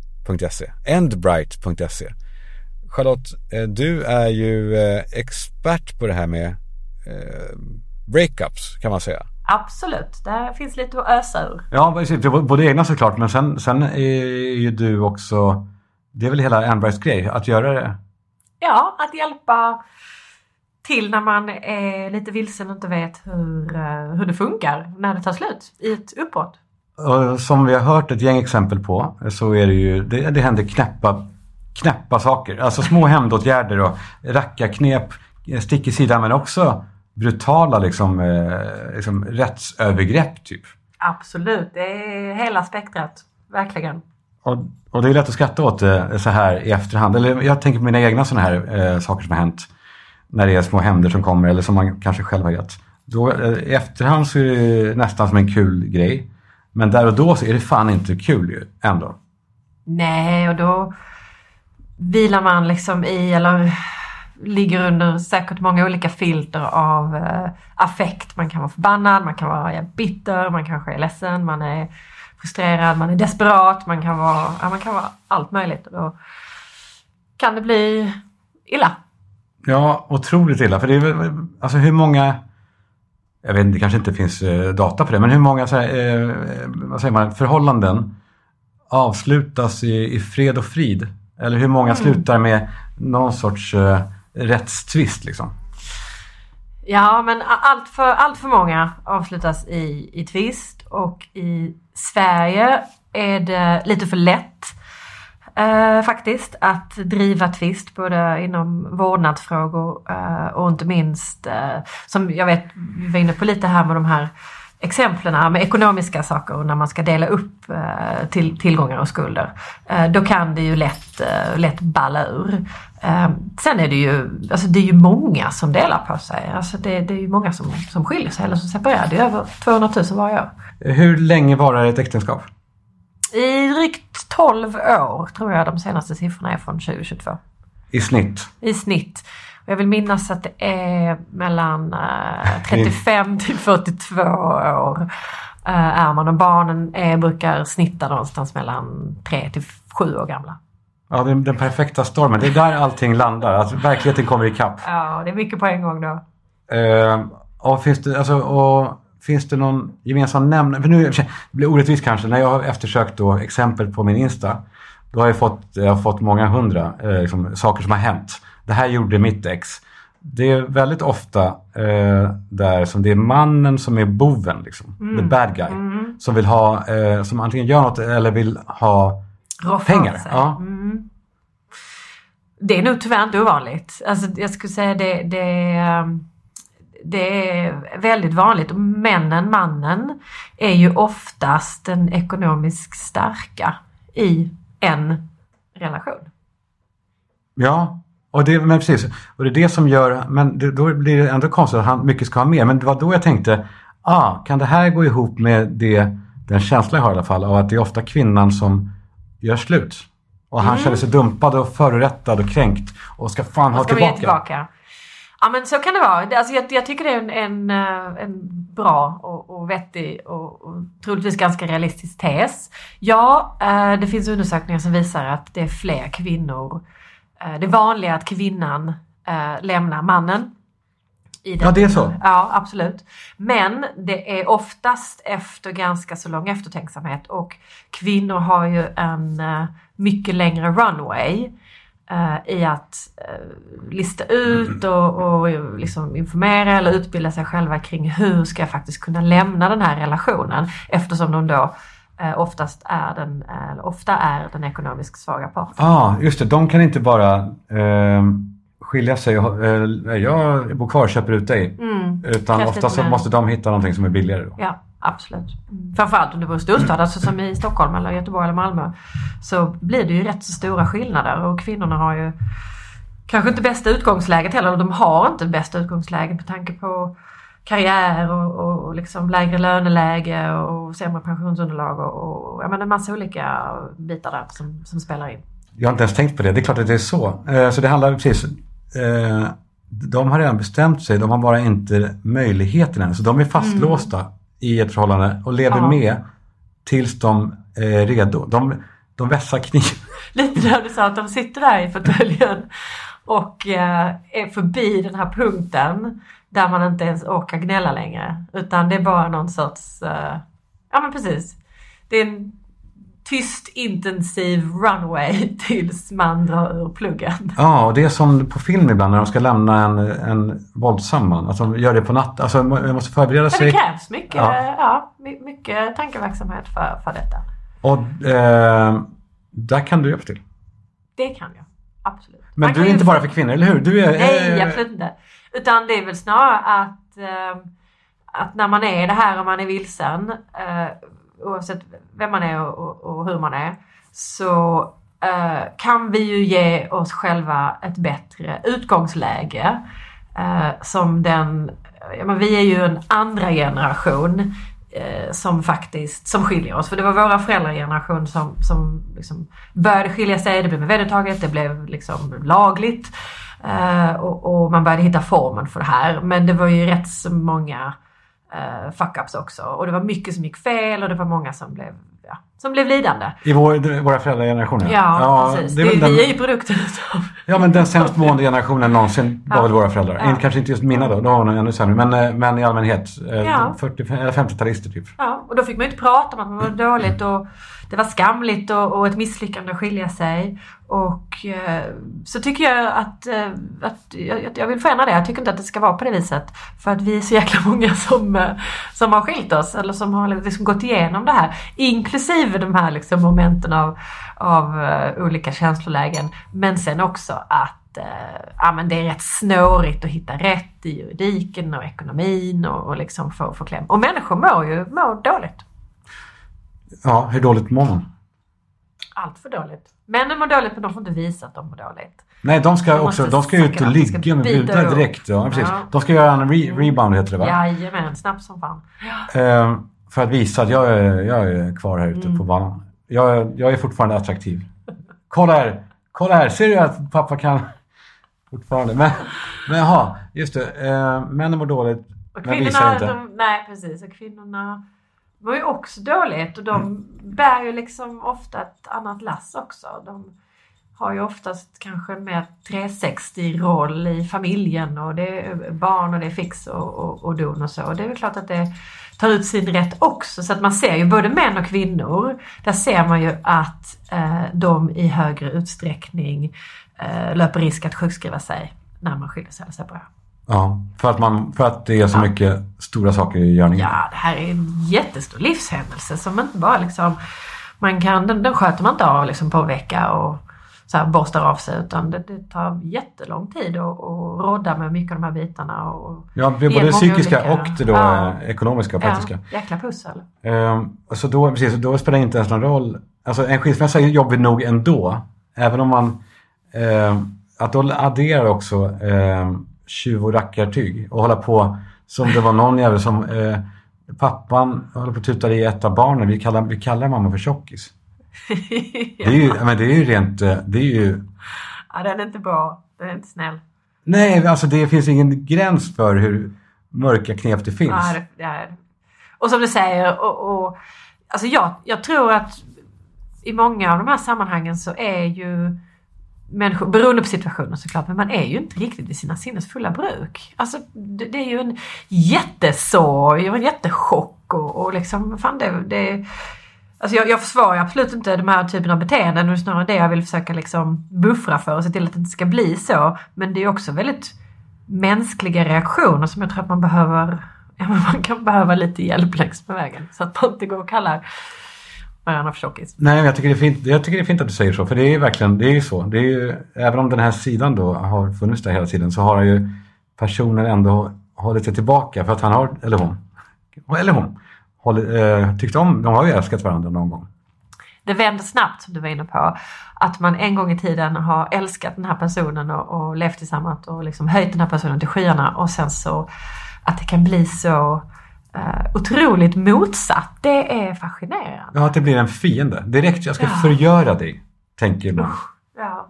Endbright punkt se. Charlotte, du är ju expert på det här med eh, breakups, kan man säga. Absolut, det finns lite att ösa ur. Ja, precis. Både egna såklart, men sen, sen är ju du också, det är väl hela Endbrights grej att göra det? Ja, att hjälpa till när man är lite vilsen och inte vet hur, hur det funkar när det tar slut i ett uppbrott. Och som vi har hört ett gäng exempel på, så är det ju, det, det händer knäppa, knäppa saker. Alltså små hämndåtgärder och rackarknep, stick i sidan, men också brutala liksom, eh, liksom rättsövergrepp typ. Absolut, det är hela spektrat, verkligen. och, och det är lätt att skratta åt det så här i efterhand. Eller jag tänker på mina egna sådana här eh, saker som har hänt. När det är små händer som kommer eller som man kanske själv har gett. Då, eh, i efterhand så är det nästan som en kul grej. Men där och då så är det fan inte kul ju ändå. Nej, och då vilar man liksom i eller ligger under säkert många olika filter av eh, affekt. Man kan vara förbannad, man kan vara bitter, man kanske är ledsen, man är frustrerad, man är desperat, man kan vara, ja, man kan vara allt möjligt. Och då kan det bli illa. Ja, otroligt illa. För det är väl, alltså hur många, jag vet inte, det kanske inte finns eh, data på det, men hur många så här, eh, vad säger man, förhållanden avslutas i, i fred och frid? Eller hur många mm. slutar med någon sorts eh, rättstvist liksom? Ja, men allt för, allt för många avslutas i, i tvist, och i Sverige är det lite för lätt eh, faktiskt att driva tvist både inom vårdnadsfrågor eh, och inte minst eh, som jag vet, vi var inne på lite här med de här exemplen med ekonomiska saker och när man ska dela upp eh, till, tillgångar och skulder. Eh, då kan det ju lätt, eh, lätt balla ur. Eh, sen är det ju, alltså det är ju många som delar på sig. Alltså det, det är ju många som, som skiljer sig eller som separerar. Det är över tvåhundratusen varje år. Hur länge varar ett äktenskap? I drygt tolv år tror jag de senaste siffrorna är från tjugo tjugotvå. I snitt? I snitt. Jag vill minnas att det är mellan eh, trettiofem till fyrtiotvå år eh, är man. Och barnen är, brukar snitta någonstans mellan tre till sju år gamla. Ja, den, den perfekta stormen. Det är där allting landar. Alltså, verkligheten kommer ikapp. Ja, det är mycket på en gång då. Eh, och, finns det, alltså, och finns det någon gemensam nämnare? För nu det blir orättvist kanske. När jag har eftersökt då exempel på min Insta. Då har jag fått, jag har fått många hundra eh, liksom, saker som har hänt. Det här gjorde mitt ex. Det är väldigt ofta eh, där som det är mannen som är boven. Liksom, mm. The bad guy. Mm. Som vill ha, eh, som antingen gör något eller vill ha Roffa pengar. Ja. Mm. Det är nog tyvärr inte ovanligt. Alltså, jag skulle säga det, det, det är väldigt vanligt. Och männen, mannen är ju oftast den ekonomiskt starka i en relation. Ja, och det, men precis. Och det är det som gör, men det, då blir det ändå konstigt att han mycket ska ha mer. Men det var då jag tänkte, ah, kan det här gå ihop med det, den känsla jag har i alla fall, av att det är ofta kvinnan som gör slut. Och han mm. känner sig dumpad och förorättad och kränkt och ska fan ha ska tillbaka. tillbaka. Ja, men så kan det vara. Alltså, jag, jag tycker det är en, en, en bra och, och vettig och, och troligtvis ganska realistisk tes. Ja, eh, det finns undersökningar som visar att det är fler kvinnor. Eh, det är vanligare att kvinnan eh, lämnar mannen. I den. Ja, det är så. Ja, absolut. Men det är oftast efter ganska så lång eftertänksamhet. Och kvinnor har ju en uh, mycket längre runway uh, i att uh, lista ut och, och liksom informera eller utbilda sig själva kring hur ska jag faktiskt kunna lämna den här relationen. Eftersom de då uh, oftast är den, uh, ofta är den ekonomiskt svaga parten. Ja, ah, just det. De kan inte bara... Uh... skilja sig och, eh, jag bor kvar och köper ut dig. Mm. Utan ofta så måste de hitta någonting som är billigare då. Ja, absolut. Mm. Framförallt om det bor i storstad, alltså som i Stockholm eller Göteborg eller Malmö, så blir det ju rätt så stora skillnader. Och kvinnorna har ju kanske inte bästa utgångsläget heller. De har inte bästa utgångsläget på tanke på karriär och, och, och liksom lägre löneläge och sämre pensionsunderlag och, och jag menar en massa olika bitar där som, som spelar in. Jag har inte ens tänkt på det. Det är klart att det är så. Eh, så det handlar precis... Eh, de har redan bestämt sig. De har bara inte möjligheten än. Så de är fastlåsta mm. i ett förhållande och lever ja. med tills de är redo. De, de vässar kniv. Lite där du sa att de sitter där i fåtöljen och eh, är förbi den här punkten där man inte ens orkar gnälla längre. Utan det är bara någon sorts... Eh, ja men precis. Det är en tyst, intensiv runway tills man drar ur pluggen. Ja, och det är som på film ibland när de ska lämna en, en våldsam man. Alltså de gör det på natt. Alltså man måste förbereda sig. Ja, det krävs mycket, ja. Ja, mycket tankeverksamhet för, för detta. Och eh, där kan du hjälpa till. Det kan jag, absolut. Men man du är inte bara för kvinnor, eller hur? Du är, nej, absolut inte. Utan det är väl snarare att, eh, att när man är det här och man är vilsen... Eh, oavsett vem man är och, och, och hur man är, så eh, kan vi ju ge oss själva ett bättre utgångsläge. Eh, som den, ja, men vi är ju en andra generation eh, som faktiskt som skiljer oss. För det var våra föräldrageneration som, som liksom började skilja sig. Det blev med vedertaget, det blev liksom lagligt. Eh, och, och man började hitta formen för det här. Men det var ju rätt så många Uh, fuck-ups också. Och det var mycket som gick fel och det var många som blev, ja, som blev lidande. I vår, våra föräldragenerationer? Ja, ja, precis. Det, det, den, vi är ju produkten av... Ja, men den sämst mående generationen någonsin var ja. väl våra föräldrar. Ja. Kanske inte just mina då, då var de ännu sämre. Men, men i allmänhet, ja. fyrtio eller femtio-talister typ. Ja, och då fick man ju inte prata om att man var dåligt och det var skamligt och, och ett misslyckande att skilja sig. Och eh, så tycker jag att, eh, att jag, jag vill förändra det. Jag tycker inte att det ska vara på det viset. För att vi är så jäkla många som, eh, som har skilt oss eller som har liksom gått igenom det här. Inklusive de här liksom momenten av, av uh, olika känslolägen. Men sen också att uh, ja, men det är rätt snårigt att hitta rätt i juridiken och ekonomin och, och liksom få, få kläm. Och människor mår ju mår dåligt. Ja, hur dåligt mår man? Allt för dåligt. Männen mår dåligt men de får inte visa att de mår dåligt. Nej, de ska de också de ska ut och ligga med brudar direkt. Ja, precis. Ja. De ska göra en re- rebound heter det va? Jajamän, snabbt som fan. Ja. Eh, för att visa att jag är, jag är kvar här ute mm. på banan. Jag, jag är fortfarande attraktiv. Kolla här, kolla här. Ser du att pappa kan fortfarande? Men, men jaha, just det. Eh, männen mår dåligt och men visar inte. De, nej, precis. Och kvinnorna var ju också dåligt och de mm. bär ju liksom ofta ett annat lass också. De har ju oftast kanske en mer trehundrasextio-roll i familjen och det är barn och det är fix och, och, och don och så. Och det är väl klart att det tar ut sin rätt också. Så att man ser ju både män och kvinnor. Där ser man ju att eh, de i högre utsträckning eh, löper risk att sjukskriva sig när man skiljer sig eller separerar. Ja, för att, man, för att det är så ja. mycket stora saker i görningen. Ja, det här är en jättestor livshändelse som inte bara liksom, man kan, den, den sköter man inte av liksom på en vecka och så här borstar av sig, utan det, det tar jättelång tid att rodda med mycket av de här bitarna. Och ja, både det psykiska olika, och det då ja, ekonomiska och praktiska. Ja, jäkla pussel. Um, så då, precis, då spelar det inte ens någon roll. Alltså en skilsmässa är jobbig nog ändå. Även om man um, att då adderar också um, tjuv- och rackartyg och hålla på som det var någon jävel som uh, pappan håller på att tuta i ett av barnen. Vi kallar, vi kallar mamma för tjockis. ja. Det är ju, men det är ju rent, det är ju... Ja, den är inte bra. Den är inte snäll. Nej, alltså det finns ingen gräns för hur mörka knep det finns. Ja, det, det är. Och som du säger, och, och, alltså jag, jag tror att i många av de här sammanhangen så är ju människor, beroende på situationen såklart, men man är ju inte riktigt i sina sinnesfulla bruk. Alltså det, det är ju en jättesorg och en jättechock och, och liksom, fan det... det Alltså jag, jag försvarar absolut inte de här typen av beteenden, och snarare det jag vill försöka liksom buffra för och se till att det inte ska bli så. Men det är också väldigt mänskliga reaktioner som jag tror att man behöver, ja, man kan behöva lite hjälp längs med vägen. Så att man inte går och kallar varandra för tjockis. Nej, jag tycker, det är fint, jag tycker det är fint att du säger så, för det är ju verkligen, det är ju så. Det är ju, även om den här sidan då har funnits där hela tiden, så har ju personen ändå hållit sig tillbaka för att han har, eller hon, eller hon. Håll, eh, tyckte om, de har ju älskat varandra någon gång. Det vänder snabbt som du var inne på. Att man en gång i tiden har älskat den här personen och, och levt tillsammans och liksom höjt den här personen till skyarna. Och sen så att det kan bli så eh, otroligt motsatt. Det är fascinerande. Ja, att det blir en fiende. Direkt, jag ska ja. förgöra dig, tänker man. Ja.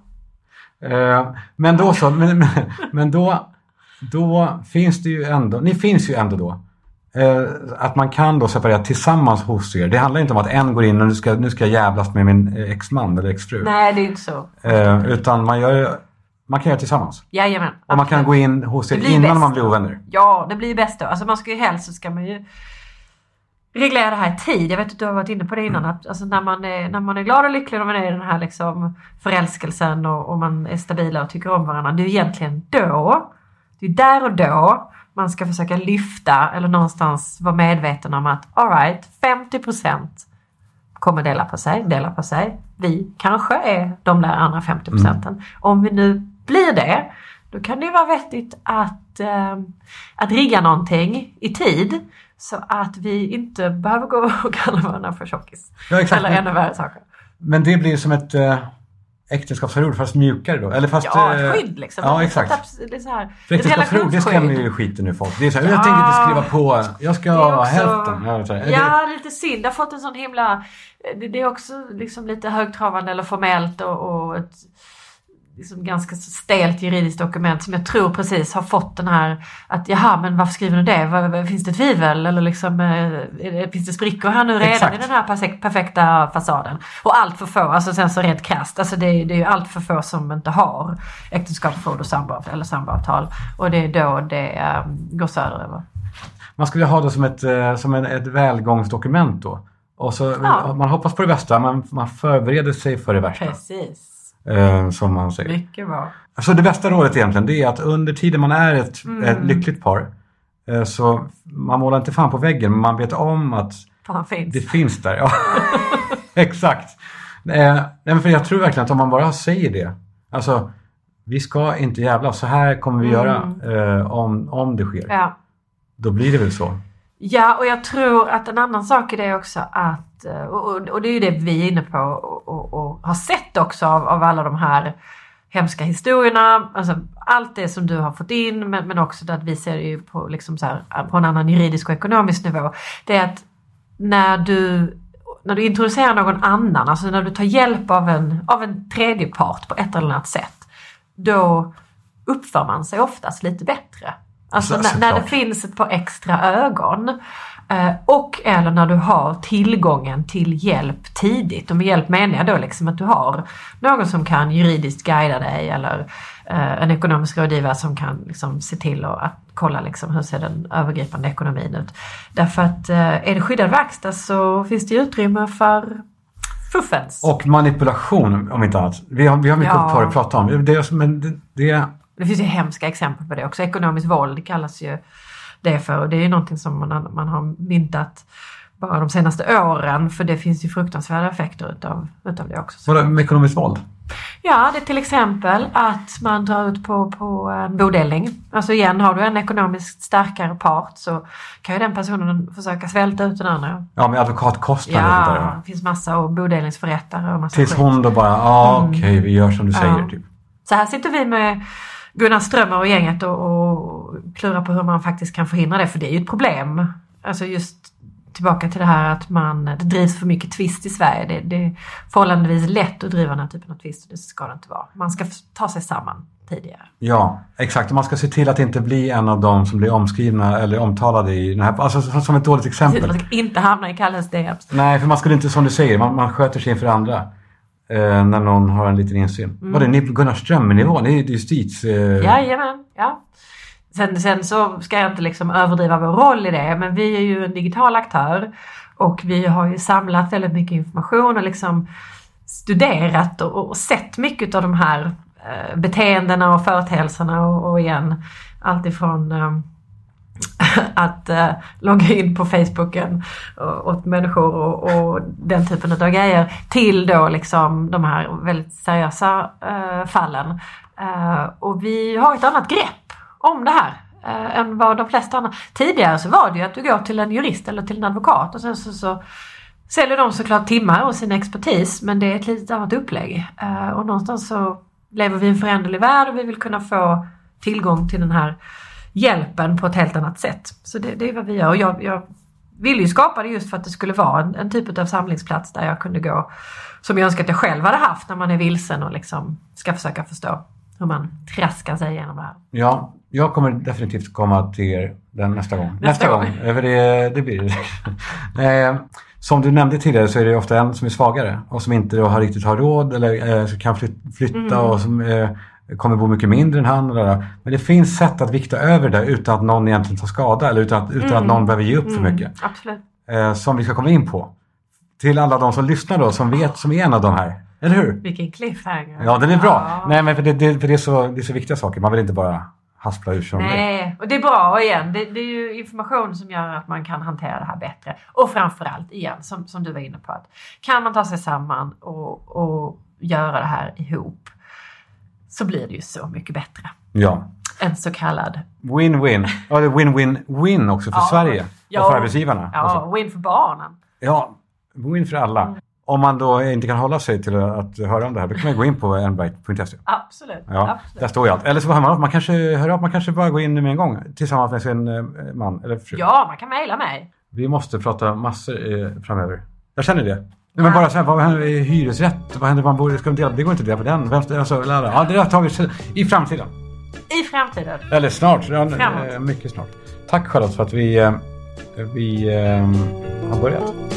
Eh, men då så, men, men då, då finns det ju ändå, ni finns ju ändå då. Eh, att man kan då separera tillsammans hos er. Det handlar inte om att en går in och nu ska, nu ska jag jävlas med min exman eller exfru. Nej, det är inte så. Eh, utan man gör, man kan göra tillsammans. Jajamän. Och absolut. Man kan gå in hos er innan bäst. Man blir ovänner. Ja, det blir ju bäst då. Alltså man ska ju helst så ska man ju reglera det här i tid. Jag vet att du har varit inne på det innan. Mm. Att, alltså när man, är, när man är glad och lycklig och man är i den här liksom förälskelsen och, och man är stabila och tycker om varandra. Det är ju egentligen då, det är där och då man ska försöka lyfta eller någonstans vara medveten om att all right, femtio procent kommer dela på sig, dela på sig. Vi kanske är de där andra femtio procenten. Mm. Om vi nu blir det, då kan det ju vara vettigt att, äh, att rigga någonting i tid så att vi inte behöver gå och kalla varandra för tjockis. Ja, exakt. Eller ännu värre saker. Men det blir som ett äh, äktenskapsförord fast mjukare då? Eller fast, ja, ett skydd liksom. Ja, exakt. Det är så här, för äktenskapsförord, det skrämmer ju skiten nu folk. Det är så här, ja, jag tänker inte skriva på, jag ska ha också, hälften. Ja, så här. ja det... lite synd. Det har fått en sån himla, det, det är också liksom lite högtravande eller formellt och, och ett liksom ganska stelt juridiskt dokument som jag tror precis har fått den här att jaha, men varför skriver du det? Var, finns det tvivel? Eller liksom, äh, finns det sprickor här nu redan Exakt. I den här perfekta fasaden? Och allt för få, alltså sen så rent krasst, alltså det, är, det är ju allt för få som inte har äktenskapsförord och samboavtal eller samboavtal. Och det är då det äh, går söderöver. Man skulle ha det som ett, som en, ett välgångsdokument då. Och så, ja. Man hoppas på det bästa, men man förbereder sig för det värsta. Precis. Eh, som man säger. Mycket bra. Så det bästa rådet egentligen, det är att under tiden man är ett, mm. ett lyckligt par, eh, så man målar inte fan på väggen, men man vet om att finns. det finns där. Ja. Exakt. Eh, nej, för jag tror verkligen att om man bara säger det, alltså vi ska inte jävla, så här kommer vi mm. göra eh, om, om det sker. Ja. Då blir det väl så. Ja, och jag tror att en annan sak är det också att, och, och det är ju det vi är inne på och, och, och har sett också av, av alla de här hemska historierna, alltså allt det som du har fått in, men, men också att vi ser det ju på, liksom så här, på en annan juridisk och ekonomisk nivå, det är att när du, när du introducerar någon annan, alltså när du tar hjälp av en, av en tredje part på ett eller annat sätt, då uppför man sig oftast lite bättre. Alltså så, när, när det finns ett par extra ögon eh, och eller när du har tillgången till hjälp tidigt. Och med hjälp menar jag då liksom att du har någon som kan juridiskt guida dig eller eh, en ekonomisk rådgivare som kan liksom se till och att kolla liksom hur ser den övergripande ekonomin ut. Därför att eh, är det skyddad verkstad så finns det utrymme för fuffens. Och manipulation om inte annat. Vi har, vi har mycket ja. att prata om. Det är, men det, det Det finns ju hemska exempel på det också. Ekonomiskt våld kallas ju det för. Och det är ju någonting som man, man har myntat bara de senaste åren. För det finns ju fruktansvärda effekter utav, utav det också. Vad är med ekonomiskt våld? Ja, det är till exempel att man drar ut på, på en bodelning. Alltså igen, har du en ekonomiskt starkare part så kan ju den personen försöka svälta ut den andra. Ja, med advokatkostnader. Ja, där, det finns massa och bodelningsförrättare och massa tills skit. Hon då bara, ja ah, mm. okej, okay, vi gör som du säger ja. typ. Så här sitter vi med Gunnar Strömmer och gänget och, och klurar på hur man faktiskt kan förhindra det. För det är ju ett problem. Alltså just tillbaka till det här att man, det drivs för mycket twist i Sverige. Det, det är förhållandevis lätt att driva den här typen av twist och det ska det inte vara. Man ska ta sig samman tidigare. Ja, exakt. Man ska se till att inte bli en av dem som blir omskrivna eller omtalade i den här, alltså som ett dåligt exempel. Man ska inte hamna i Kalles D Ms. Nej, för man skulle inte, som du säger, man, man sköter sig inför andra. Eh, när någon har en liten insyn. Mm. Var det Gunnar Strömmer-nivån? Det är justiz... Eh... Jajamän, ja. Sen, sen så ska jag inte liksom överdriva vår roll i det, men vi är ju en digital aktör och vi har ju samlat väldigt mycket information och liksom studerat och, och sett mycket av de här eh, beteendena och företeelserna och, och igen, allt ifrån eh, att eh, logga in på Facebooken och, åt människor och, och den typen av grejer till då liksom de här väldigt seriösa eh, fallen. Eh, och vi har ett annat grepp om det här eh, än vad de flesta andra. Tidigare så var det ju att du går till en jurist eller till en advokat och sen så, så säljer de såklart timmar och sin expertis, men det är ett litet annat upplägg. Eh, och någonstans så lever vi i en föränderlig värld och vi vill kunna få tillgång till den här hjälpen på ett helt annat sätt. Så det, det är vad vi gör. Och jag, jag ville ju skapa det just för att det skulle vara en, en typ av samlingsplats där jag kunde gå som jag önskar att jag själv hade haft när man är vilsen och liksom ska försöka förstå hur man traskar sig igenom det här. Ja, jag kommer definitivt komma till er den nästa gång. Nästa, nästa gång. gång. För det, det blir det. eh, som du nämnde tidigare så är det ofta en som är svagare och som inte då har riktigt har råd eller eh, kan flytta mm. och som eh, kommer bo mycket mindre än han. Eller, men det finns sätt att vikta över det utan att någon egentligen tar skada eller utan att, utan mm. att någon behöver ge upp mm. för mycket. Absolut. Eh, som vi ska komma in på. Till alla de som lyssnar då, som vet, som är en av de här. Eller hur? Vilken cliffhanger. Ja, den är bra. Ja. Nej, men för, det, det, för det, är så, det är så viktiga saker. Man vill inte bara haspla ur sig om det. Nej, och det är bra. Och igen, det, det är ju information som gör att man kan hantera det här bättre. Och framförallt, igen, som, som du var inne på. Att kan man ta sig samman och, och göra det här ihop så blir det ju så mycket bättre. Ja. En så kallad win-win. Ja, det är win-win-win också för ja. Sverige. Ja. Och för arbetsgivarna. Ja, alltså. Win för barnen. Ja, win för alla. Mm. om man då inte kan hålla sig till att höra om det här, då kan man gå in på enbright punkt se. Absolut. Ja, Absolut. där står ju allt. Eller så hör man, man kanske hör av, man kanske bara går in med en gång tillsammans med sin eh, man eller fru. Ja, man kan mejla mig. Vi måste prata massor eh, framöver. Jag känner det. Nej, men bara så här, vad händer i hyresrätt? Vad händer om man bor? Ska man dela? Det går inte att dela på den. Vem, alltså, ja, det har tagit i framtiden. I framtiden. Eller snart. Ja, Framåt. mycket snart. Tack Charlotte för att vi, vi eh, har börjat.